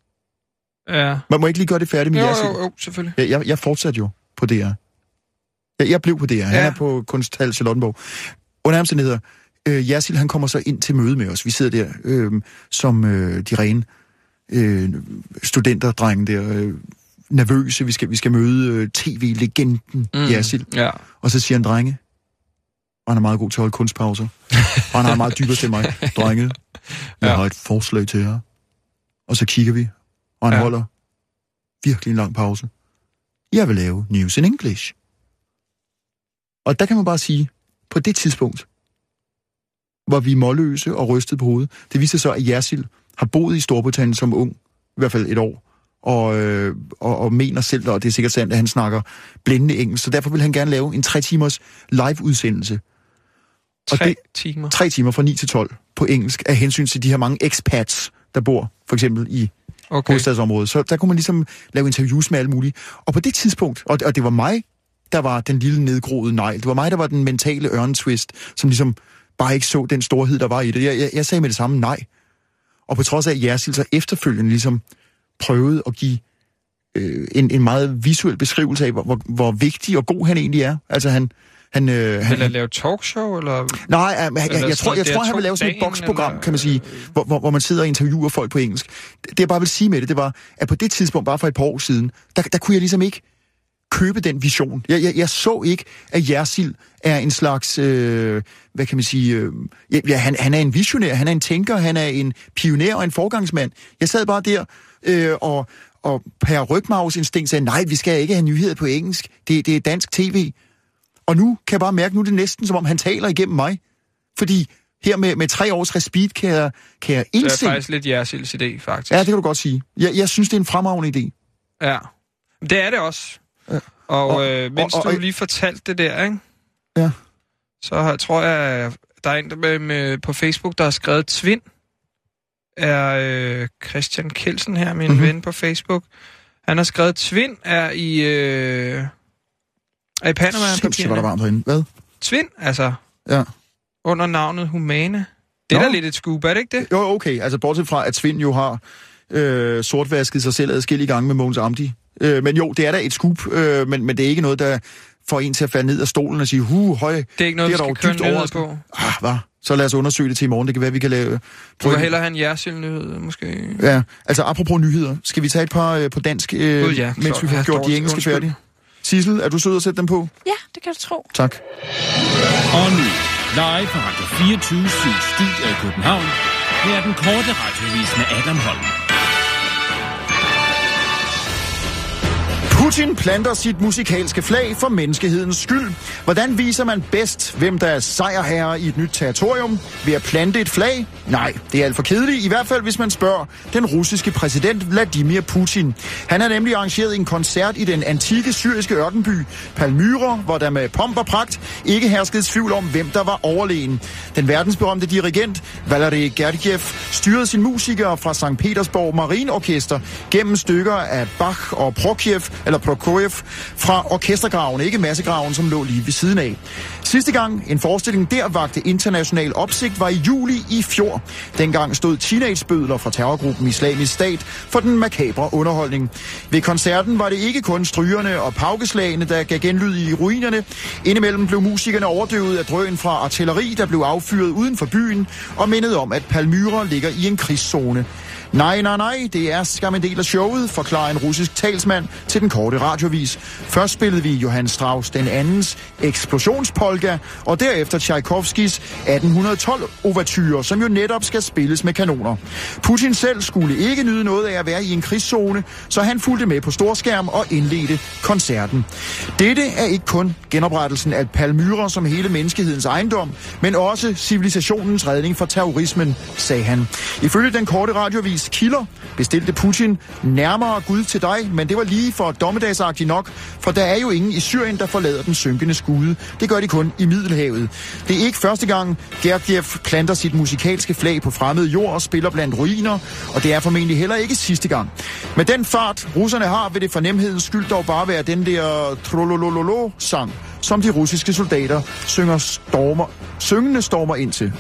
Ja. Man må ikke lige gøre det færdigt med Jersild. Jo, selvfølgelig. Jeg fortsatte jo på DR. Jeg blev på DR. Han er på Kunsthal Charlottenborg. Under omstændigheder, Jersild, han kommer så ind til møde med os. Vi sidder der som de rene studenterdrenge der, nervøse. Vi skal møde tv-legenden Jersild. Ja. Og så siger han, drenge, og han er meget god til at holde kunstpauser. Og han har meget dybere til mig. Drenge, jeg har et forslag til jer. Og så kigger vi, og han holder virkelig en lang pause. Jeg vil lave News in English. Og der kan man bare sige, på det tidspunkt var vi målløse og rystet på hovedet. Det viste så, at Jersild har boet i Storbritannien som ung, i hvert fald et år, og mener selv, og det er sikkert sandt, at han snakker blændende engelsk, så derfor vil han gerne lave en 3 timers live-udsendelse. 3 timer fra 9 til 12 på engelsk, af hensyn til de her mange expats, der bor for eksempel i hovedstadsområdet. Så der kunne man ligesom lave interviews med alle mulige. Og på det tidspunkt, og det var mig, der var den lille nedgroede negl. Det var mig, der var den mentale ørnetwist, som ligesom bare ikke så den storhed, der var i det. Jeg sagde med det samme nej. Og på trods af, at Jersild så efterfølgende ligesom prøvede at give en meget visuel beskrivelse af, hvor vigtig og god han egentlig er. Altså han vil han lave talkshow, eller? Nej, jeg tror han vil lave sådan et boksprogram, kan man sige, hvor man sidder og interviewer folk på engelsk. Det jeg bare vil sige med det var, at på det tidspunkt, bare for et par år siden, der kunne jeg ligesom ikke købe den vision. Jeg så ikke, at Jersild er en slags, hvad kan man sige, han er en visionær, han er en tænker, han er en pioner og en forgangsmand. Jeg sad bare der og per rygmarvsinstinkt sagde, nej, vi skal ikke have nyheder på engelsk. Det er dansk tv. Og nu kan jeg bare mærke, nu er det næsten som om han taler igennem mig. Fordi her med 3 års respit kan jeg indse... Det er faktisk lidt Jersilds idé, faktisk. Ja, det kan du godt sige. Jeg synes, det er en fremragende idé. Ja, det er det også. Ja. Og mens du lige fortalte det der, ikke? Ja. Så tror jeg, der er en på Facebook, der har skrevet Tvind. Er Christian Kelsen her, min ven på Facebook. Han har skrevet Tvind er i Panama. Sindssygt, var der varmt herinde. Hvad? Tvind, altså. Ja. Under navnet Humane. Det er da lidt et scoop, er det ikke det? Jo, okay. Altså bortset fra, at Tvind jo har sortvasket sig selv adskillige gange med Mogens Amdi. Men jo, det er da et scoop, men det er ikke noget, der får en til at falde ned af stolen og sige, høj, det er ikke noget, vi skal køre nyheder på. Hvad? Så lad os undersøge det til i morgen. Det kan være, vi kan lave... Du vil hellere have en Jersild-nyhed, måske? Ja, altså apropos nyheder. Skal vi tage et par på dansk, mens vi får gjort de engelske færdige? Sissel, er du sød at sætte dem på? Ja, det kan du tro. Tak. Og nu, live fra Radio 24 Studio i København, her er den korte radioavis med Adam Holm. Putin planter sit musikalske flag for menneskehedens skyld. Hvordan viser man bedst, hvem der er sejrherre i et nyt territorium? Ved at plante et flag? Nej, det er alt for kedeligt. I hvert fald, hvis man spørger den russiske præsident Vladimir Putin. Han har nemlig arrangeret en koncert i den antikke syriske ørkenby Palmyra, hvor der med pomp og pragt ikke herskede tvivl om, hvem der var overlegen. Den verdensberømte dirigent Valery Gergiev styrede sine musikere fra St. Petersborg Marinorkester gennem stykker af Bach og Prokofjev fra orkestergraven, ikke massegraven, som lå lige ved siden af. Sidste gang en forestilling der vagte international opsigt var i juli i fjor. Dengang stod teenagebødler fra terrorgruppen Islamisk Stat for den makabre underholdning. Ved koncerten var det ikke kun strygerne og paukeslagene, der gav genlyd i ruinerne. Indimellem blev musikerne overdøvet af drøn fra artilleri, der blev affyret uden for byen, og mindede om, at Palmyra ligger i en krigszone. Nej, det er skam en del af showet, forklarer en russisk talsmand til den korte radiovis. Først spillede vi Johann Strauss den andens eksplosionspolka, og derefter Tchaikovskis 1812-overture, som jo netop skal spilles med kanoner. Putin selv skulle ikke nyde noget af at være i en krigszone, så han fulgte med på storskærm og indledte koncerten. Dette er ikke kun genoprettelsen af Palmyra som hele menneskehedens ejendom, men også civilisationens redning fra terrorismen, sagde han. Ifølge den korte radiovis kilder bestilte Putin nærmere Gud til dig, men det var lige for dommedagsagtigt nok, for der er jo ingen i Syrien, der forlader den synkende skude. Det gør de kun i Middelhavet. Det er ikke første gang, Gergiev planter sit musikalske flag på fremmed jord og spiller blandt ruiner, og det er formentlig heller ikke sidste gang. Med den fart, russerne har, vil det for nemhedens skyld dog bare være den der trololololo-sang, som de russiske soldater syngende stormer ind til.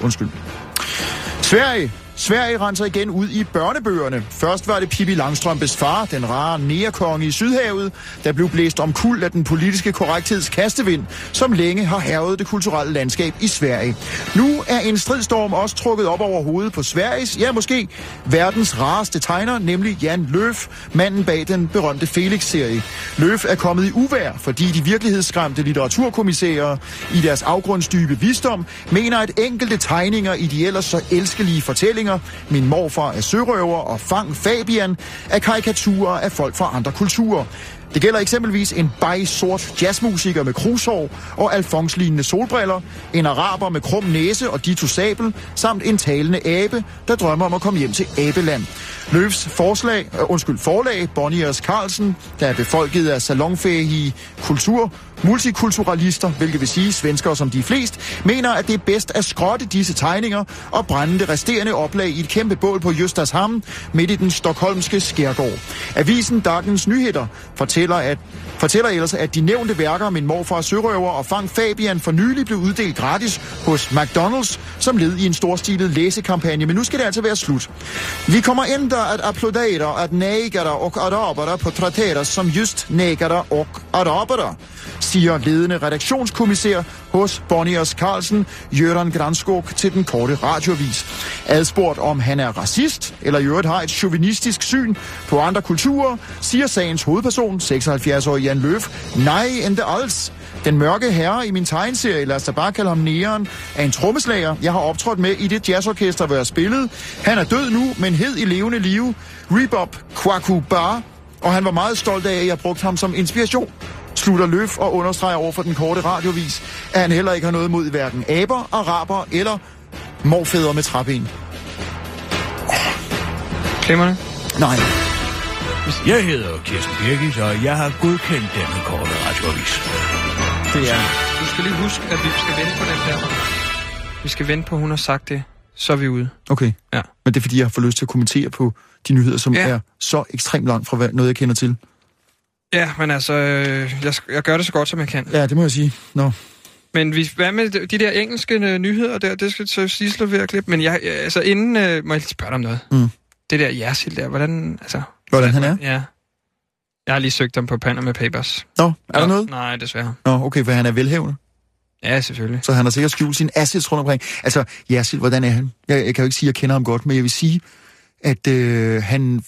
Sverige renser igen ud i børnebøgerne. Først var det Pippi Langstrømpes far, den rare negerkonge i Sydhavet, der blev blæst omkuld af den politiske korrektheds kastevind, som længe har hærget det kulturelle landskab i Sverige. Nu er en stridstorm også trukket op over hovedet på Sveriges, ja måske verdens rareste tegner, nemlig Jan Löf, manden bag den berømte Felix-serie. Löf er kommet i uvejr, fordi de virkelighedsskræmte litteraturkommissærer i deres afgrundsdybe visdom mener, at enkelte tegninger i de ellers så elskelige fortællinger, Min morfar er sørøver og Fang Fabian, er karikaturer af folk fra andre kulturer. Det gælder eksempelvis en sort jazzmusiker med krusår og Alphonse-lignende solbriller, en araber med krum næse og Dito Sabel, samt en talende abe, der drømmer om at komme hjem til Abeland. Løfs forlag, Bonniers Carlsen, der er befolket af salonfæhige multikulturalister, hvilket vil sige svenskere som de flest, mener, at det er bedst at skrotte disse tegninger og brænde det resterende oplag i et kæmpe bål på Gösta's midt i den stokholmske skærgård. Avisen Dagens Nyheder fortæller ellers, at de nævnte værker Min morfar sørøver og Fang Fabian for nylig blev uddelt gratis hos McDonald's som led i en storstilet læsekampagne, men nu skal det altså være slut. Vi kommer endda at applaudera at negere og arabere portrætteres som just negere og arabere, siger ledende redaktionskommissær hos Bonniers Carlsen, Jørgen Granskog, til den korte radiovis. Adspurgt om han er racist, eller i øvrigt har et chauvinistisk syn på andre kulturer, siger sagens hovedperson, 76-årige Jan Löf, nej, endda alls. Den mørke herre i min tegneserie, lad os da bare kalde ham Negeren, er en trommeslager, jeg har optrådt med i det jazzorkester, hvor jeg spillede. Han er død nu, men hed i levende live. Rebop Kwaku Bar, og han var meget stolt af, at jeg brugte ham som inspiration. Slutter Løf og understreger over for den korte radiovis, at han heller ikke har noget mod hverken aber, araber eller morfædre med træben. Klemmer det? Nej. Jeg hedder Kirsten Birgit, og jeg har godkendt denne korte radioavis. Det er... Du skal lige huske, at vi skal vente på den der. Vi skal vente på, hun har sagt det. Så er vi ude. Okay. Ja. Men det er, fordi jeg har fået lyst til at kommentere på de nyheder, som er så ekstremt langt fra noget, jeg kender til. Ja, men altså, jeg gør det så godt, som jeg kan. Ja, det må jeg sige. Nå. Men hvad med de der engelske nyheder der? Det skal så Sissel ved at klippe. Men altså inden... må jeg lige spørge dig om noget? Det der Jersild der, hvordan han er? Ja. Jeg har lige søgt ham på Panama Papers. Nå, er der noget? Nej, desværre. Nå, okay, for han er velhævende. Ja, selvfølgelig. Så han har sikkert skjult sine assets rundt omkring. Altså, Jersild, hvordan er han? Jeg kan jo ikke sige, at jeg kender ham godt, men jeg vil sige, at han...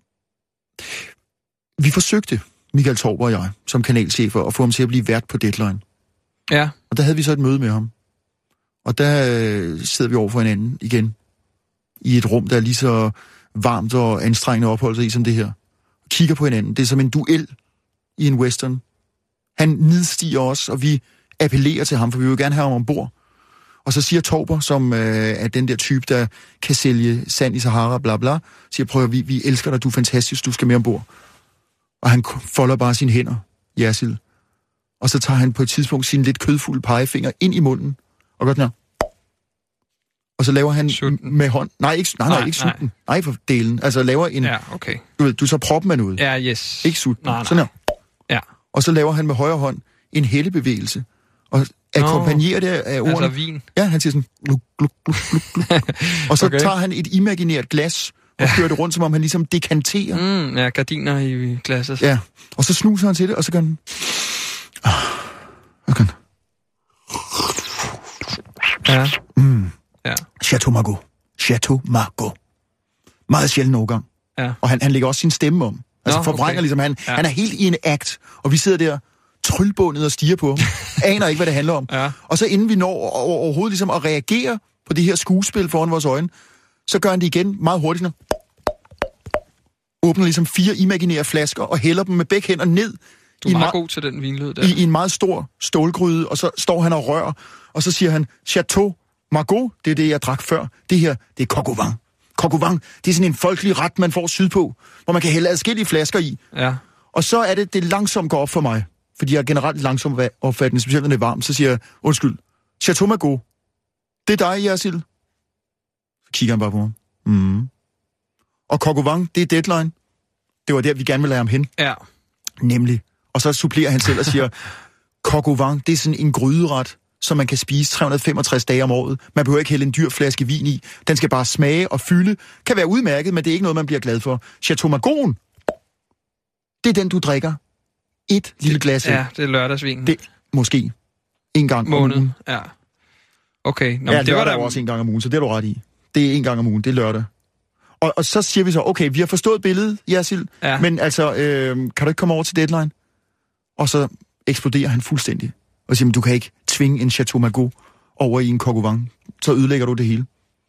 Vi forsøgte, Michael Torber og jeg, som kanalchefer, at få ham til at blive vært på Deadline. Ja. Og der havde vi så et møde med ham. Og der sidder vi over for hinanden igen. I et rum, der er lige så varmt og anstrengende at opholde sig i som det her. Og kigger på hinanden. Det er som en duel i en western. Han nedstiger os, og vi appellerer til ham, for vi vil gerne have ham ombord. Og så siger Torber, som er den der type, der kan sælge sand i Sahara, bla bla, siger, prøv at vi elsker dig, du er fantastisk, du skal med ombord. Og han folder bare sine hænder, Jersild. Og så tager han på et tidspunkt sin lidt kødfulde pegefinger ind i munden, og gør den her. Og så laver han med hånd... Nej, ikke sutten. Nej, for delen. Altså laver en... Ja, okay. Du så proppen med noget. Ja, yes. Ikke sutten. Nej. Sådan her. Ja. Og så laver han med højre hånd en hældebevægelse. Og akkompagnerer det af ordene. Altså vin. Ja, han siger sådan... Gluk, gluk, gluk, gluk, gluk. Og så tager han et imaginært glas og kører det rundt, som om han ligesom dekanterer. Ja, gardiner i glasset. Ja. Og så snuser han til det, og så gør han... Okay. Ja. Ja. Chateau Margaux. Meget sjældent overgang. Ja. Og han lægger også sin stemme om. Altså forvrænger ligesom han er helt i en akt, og vi sidder der tryllbundet og stiger på ham. Aner ikke, hvad det handler om. Ja. Og så inden vi når overhovedet ligesom at reagere på det her skuespil foran vores øjne, så gør han det igen meget hurtigt. Åbner ligesom 4 imaginære flasker og hælder dem med begge hænder ned. Du er meget god til den vinlyd der. I en meget stor stålgryde, og så står han og rører, og så siger han, Chateau Margaux, det er det, jeg drak før. Det her, det er coq au vin. Coq au vin, det er sådan en folkelig ret, man får sydpå, hvor man kan hælde adskillige flasker i. Ja. Og så er det langsomt går op for mig, fordi jeg er generelt langsomt opfattende, specielt når det er varmt, så siger jeg, undskyld, Chateau Margaux, det er dig, Jersild. Så kigger han bare på mig. Og coq au vin, det er Deadline. Det var der, vi gerne ville lade ham hen. Ja. Nemlig. Og så supplerer han selv og siger, coq au vin, det er sådan en gryderet, som man kan spise 365 dage om året. Man behøver ikke hælde en dyr flaske vin i. Den skal bare smage og fylde. Kan være udmærket, men det er ikke noget, man bliver glad for. Chateau Margaux, det er den, du drikker. Et lille glas af. Ja, det er lørdagsvinen. Det måske en gang om ugen. Ja. Okay. Nå, ja, det var der også en gang om ugen, så det er du ret i. Det er en gang om ugen, det er lørdag. Og så siger vi så, okay, vi har forstået billedet, Jersild, men altså, kan du ikke komme over til Deadline? Og så eksploderer han fuldstændig. Og siger, du kan ikke tvinge en Chateau Margaux over i en coq au vin. Så ødelægger du det hele.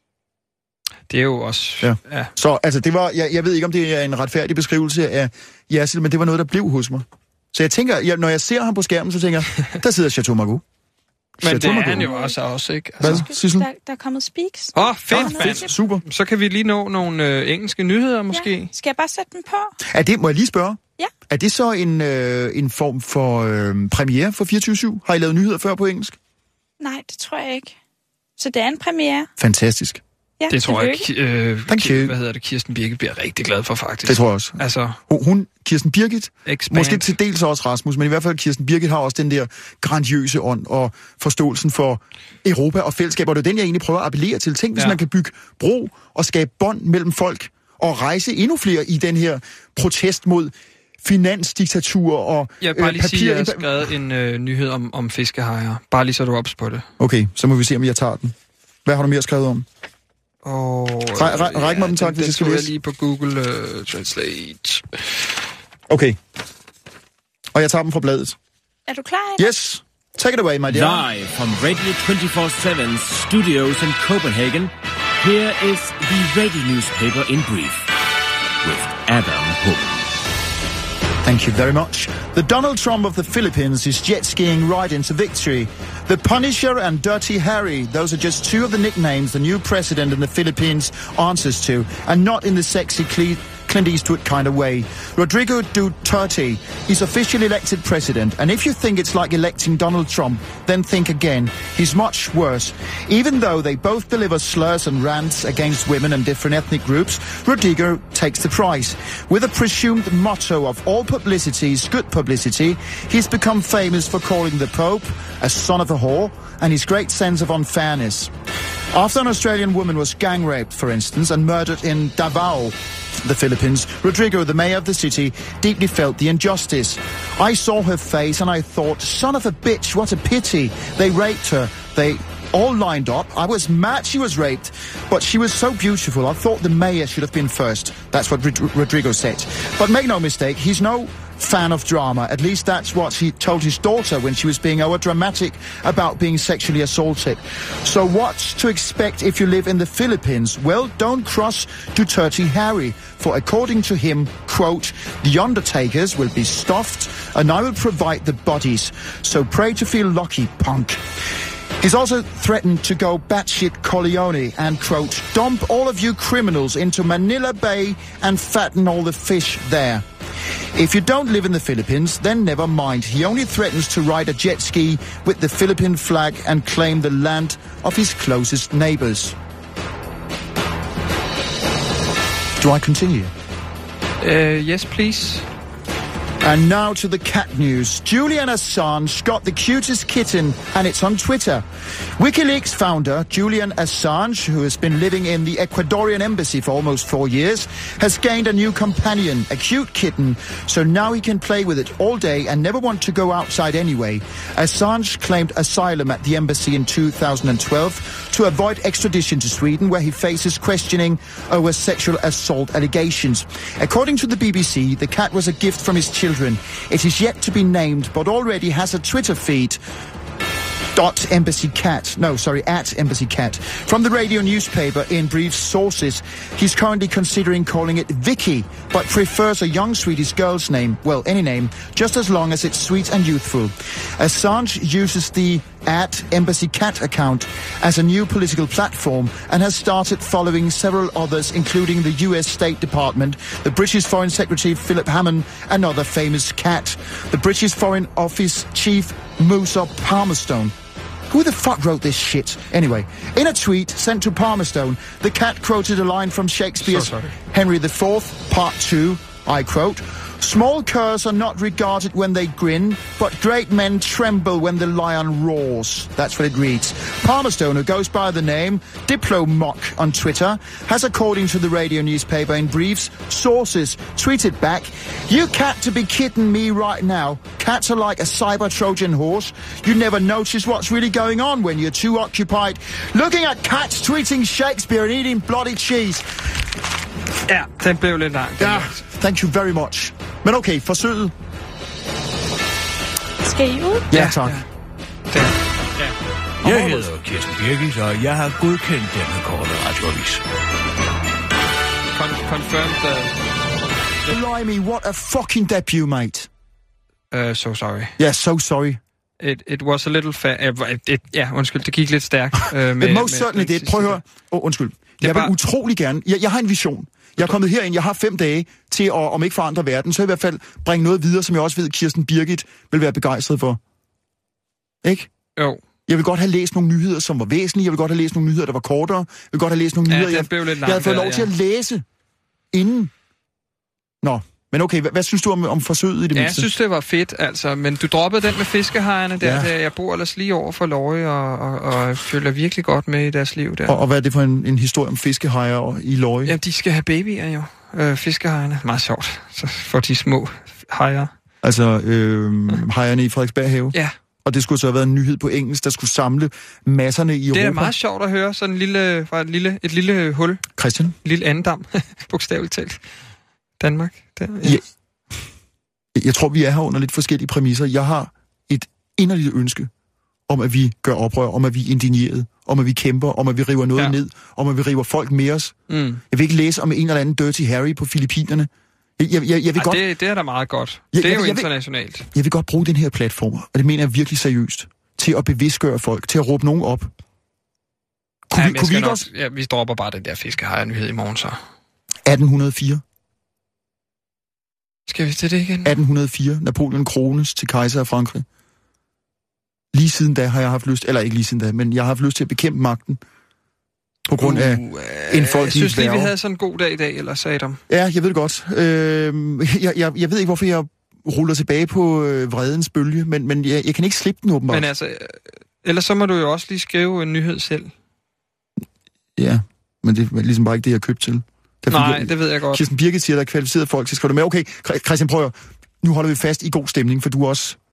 Det er jo også... Ja. Så altså, det var, jeg ved ikke, om det er en retfærdig beskrivelse af Jersild, men det var noget, der blev hos mig. Så jeg tænker, når jeg ser ham på skærmen, så tænker jeg, der sidder Chateau Margaux. Men det er han jo også, ikke? Altså. Hvad, Sissel? Der er kommet speaks. Fedt. Super. Så kan vi lige nå nogle engelske nyheder, måske. Ja. Skal jeg bare sætte dem på? Må jeg lige spørge? Ja. Er det så en form for premiere for 24/7? Har I lavet nyheder før på engelsk? Nej, det tror jeg ikke. Så det er en premiere. Fantastisk. Ja, det tror jeg, Kirsten Birgit bliver rigtig glad for, faktisk. Det tror jeg også. Altså, Kirsten Birgit, måske til dels også Rasmus, men i hvert fald Kirsten Birgit har også den der grandiøse ånd og forståelsen for Europa og fællesskab, og det er den, jeg egentlig prøver at appellere til. Tænk, hvis man kan bygge bro og skabe bånd mellem folk og rejse endnu flere i den her protest mod finansdiktatur og jeg vil bare lige sige, at jeg har skrevet en nyhed om fiskehajer. Bare lige så du ops på det. Okay, så må vi se, om jeg tager den. Hvad har du mere skrevet om? Ræk mig den, tak, hvis jeg skal læse. Jeg lige på Google Translate. Okay. Og jeg tager dem fra bladet. Er du klar? Yes. Take it away, my dear. Live from Radio 24/7's studios in Copenhagen, here is the radio newspaper in brief with Adam Hook. Thank you very much. The Donald Trump of the Philippines is jet skiing right into victory. The Punisher and Dirty Harry, those are just two of the nicknames the new president in the Philippines answers to, and not in the sexy Clint Eastwood kind of way. Rodrigo Duterte is officially elected president, and if you think it's like electing Donald Trump, then think again. He's much worse. Even though they both deliver slurs and rants against women and different ethnic groups, Rodrigo takes the prize. With a presumed motto of all publicity is good publicity, he's become famous for calling the Pope a son of a whore and his great sense of unfairness. After an Australian woman was gang raped, for instance, and murdered in Davao, the Philippines, Rodrigo, the mayor of the city, deeply felt the injustice. I saw her face and I thought, son of a bitch, what a pity. They raped her. They all lined up. I was mad she was raped, but she was so beautiful. I thought the mayor should have been first. That's what Rodrigo said. But make no mistake, he's no fan of drama. At least that's what he told his daughter when she was being overdramatic about being sexually assaulted. So what's to expect if you live in the Philippines? Well, don't cross Duterte Harry, for according to him, quote, the undertakers will be stuffed and I will provide the bodies. So pray to feel lucky, punk. He's also threatened to go batshit Corleone and, quote, dump all of you criminals into Manila Bay and fatten all the fish there. If you don't live in the Philippines, then never mind. He only threatens to ride a jet ski with the Philippine flag and claim the land of his closest neighbors. Do I continue? Yes, please. And now to the cat news. Julian Assange got the cutest kitten, and it's on Twitter. WikiLeaks founder Julian Assange, who has been living in the Ecuadorian embassy for almost 4 years, has gained a new companion, a cute kitten, so now he can play with it all day and never want to go outside anyway. Assange claimed asylum at the embassy in 2012 to avoid extradition to Sweden, where he faces questioning over sexual assault allegations. According to the BBC, the cat was a gift from his children. It is yet to be named, but already has a Twitter feed. At Embassy Cat. From the radio newspaper In Brief Sources, he's currently considering calling it Vicky, but prefers a young Swedish girl's name. Well, any name, just as long as it's sweet and youthful. Assange uses the @Embassy Cat account as a new political platform and has started following several others, including the US State Department, the British Foreign Secretary Philip Hammond, and other famous cat. The British Foreign Office Chief Musa Palmerstone. Who the fuck wrote this shit? Anyway, in a tweet sent to Palmerstone, the cat quoted a line from Shakespeare's Henry IV, Part 2, I quote, small curs are not regarded when they grin, but great men tremble when the lion roars. That's what it reads. Palmerstone, who goes by the name Diplomock on Twitter, has, according to the radio newspaper In Brief's Sources, tweeted back, you cat to be kidding me right now. Cats are like a cyber Trojan horse. You never notice what's really going on when you're too occupied looking at cats tweeting Shakespeare and eating bloody cheese. Ja, den blev lidt lang. Ja, thank you very much. Men okay, forsøget. Skal I ud? Ja, tak. Ja. Jeg hedder Kirsten Birgit, og jeg har godkendt denne korte radioavis. Blimey, what a fucking debut, mate. So sorry. Yeah, so sorry. It was a little undskyld, det gik lidt stærkt. Most certainly did. Prøv at høre. Undskyld. Jeg vil utrolig gerne. Jeg har en vision. Jeg er kommet herind, jeg har 5 dage til at, om ikke forandre verden, så i hvert fald bringe noget videre, som jeg også ved, Kirsten Birgit vil være begejstret for. Ikke? Jo. Jeg vil godt have læst nogle nyheder, som var væsentlige. Jeg vil godt have læst nogle nyheder, der var kortere. Jeg vil godt have læst nogle nyheder, jeg havde fået lov til at læse inden. Nå, men okay, hvad synes du om forsøget i det mindste? Jeg synes, det var fedt, altså. Men du droppede den med fiskehejerne der. Jeg bor ellers lige over for Løje og følger virkelig godt med i deres liv der. Og hvad er det for en historie om fiskehajer i Løje? Ja, de skal have babyer jo. Fiskehejerne. Meget sjovt. Så for de små hejer. Altså hejerne i Frederiksberg Have? Ja. Og det skulle så have været en nyhed på engelsk, der skulle samle masserne i Europa. Det er meget sjovt at høre, sådan et lille hul. Christian? En lille andedam, bogstaveligt talt. Danmark. Der, ja. Jeg tror, vi er her under lidt forskellige præmisser. Jeg har et inderligt ønske om, at vi gør oprør, om at vi er indigneret, om at vi kæmper, om at vi river noget ned, om at vi river folk med os. Jeg vil ikke læse om en eller anden Dirty Harry på Filippinerne. Jeg vil godt... Det er da meget godt. Det er jo internationalt. Jeg vil godt bruge den her platform, og det mener jeg virkelig seriøst, til at bevidstgøre folk, til at råbe nogen op. Vi dropper bare den der fiskehajer-nyhed i morgen så. 1804. Skal vi til det igen? 1804. Napoleon krones til kejser af Frankrig. Lige siden da har jeg haft lyst, eller ikke lige siden da, men jeg har haft lyst til at bekæmpe magten. På grund af en folkelig Jeg synes lige, værge. vi havde sådan en god dag i dag, eller sagde Adam. Ja, jeg ved det godt. Jeg ved ikke, hvorfor jeg ruller tilbage på vredens bølge, men jeg kan ikke slippe den åbenbart. Men altså, ellers så må du jo også lige skrive en nyhed selv. Ja, men det er ligesom bare ikke det, jeg har købt til. Det ved jeg godt. Kirsten Birgit siger, der er kvalificerede folk, så skriver du med. Okay, Christian, prøv at, nu holder vi fast i god stemning, for du er også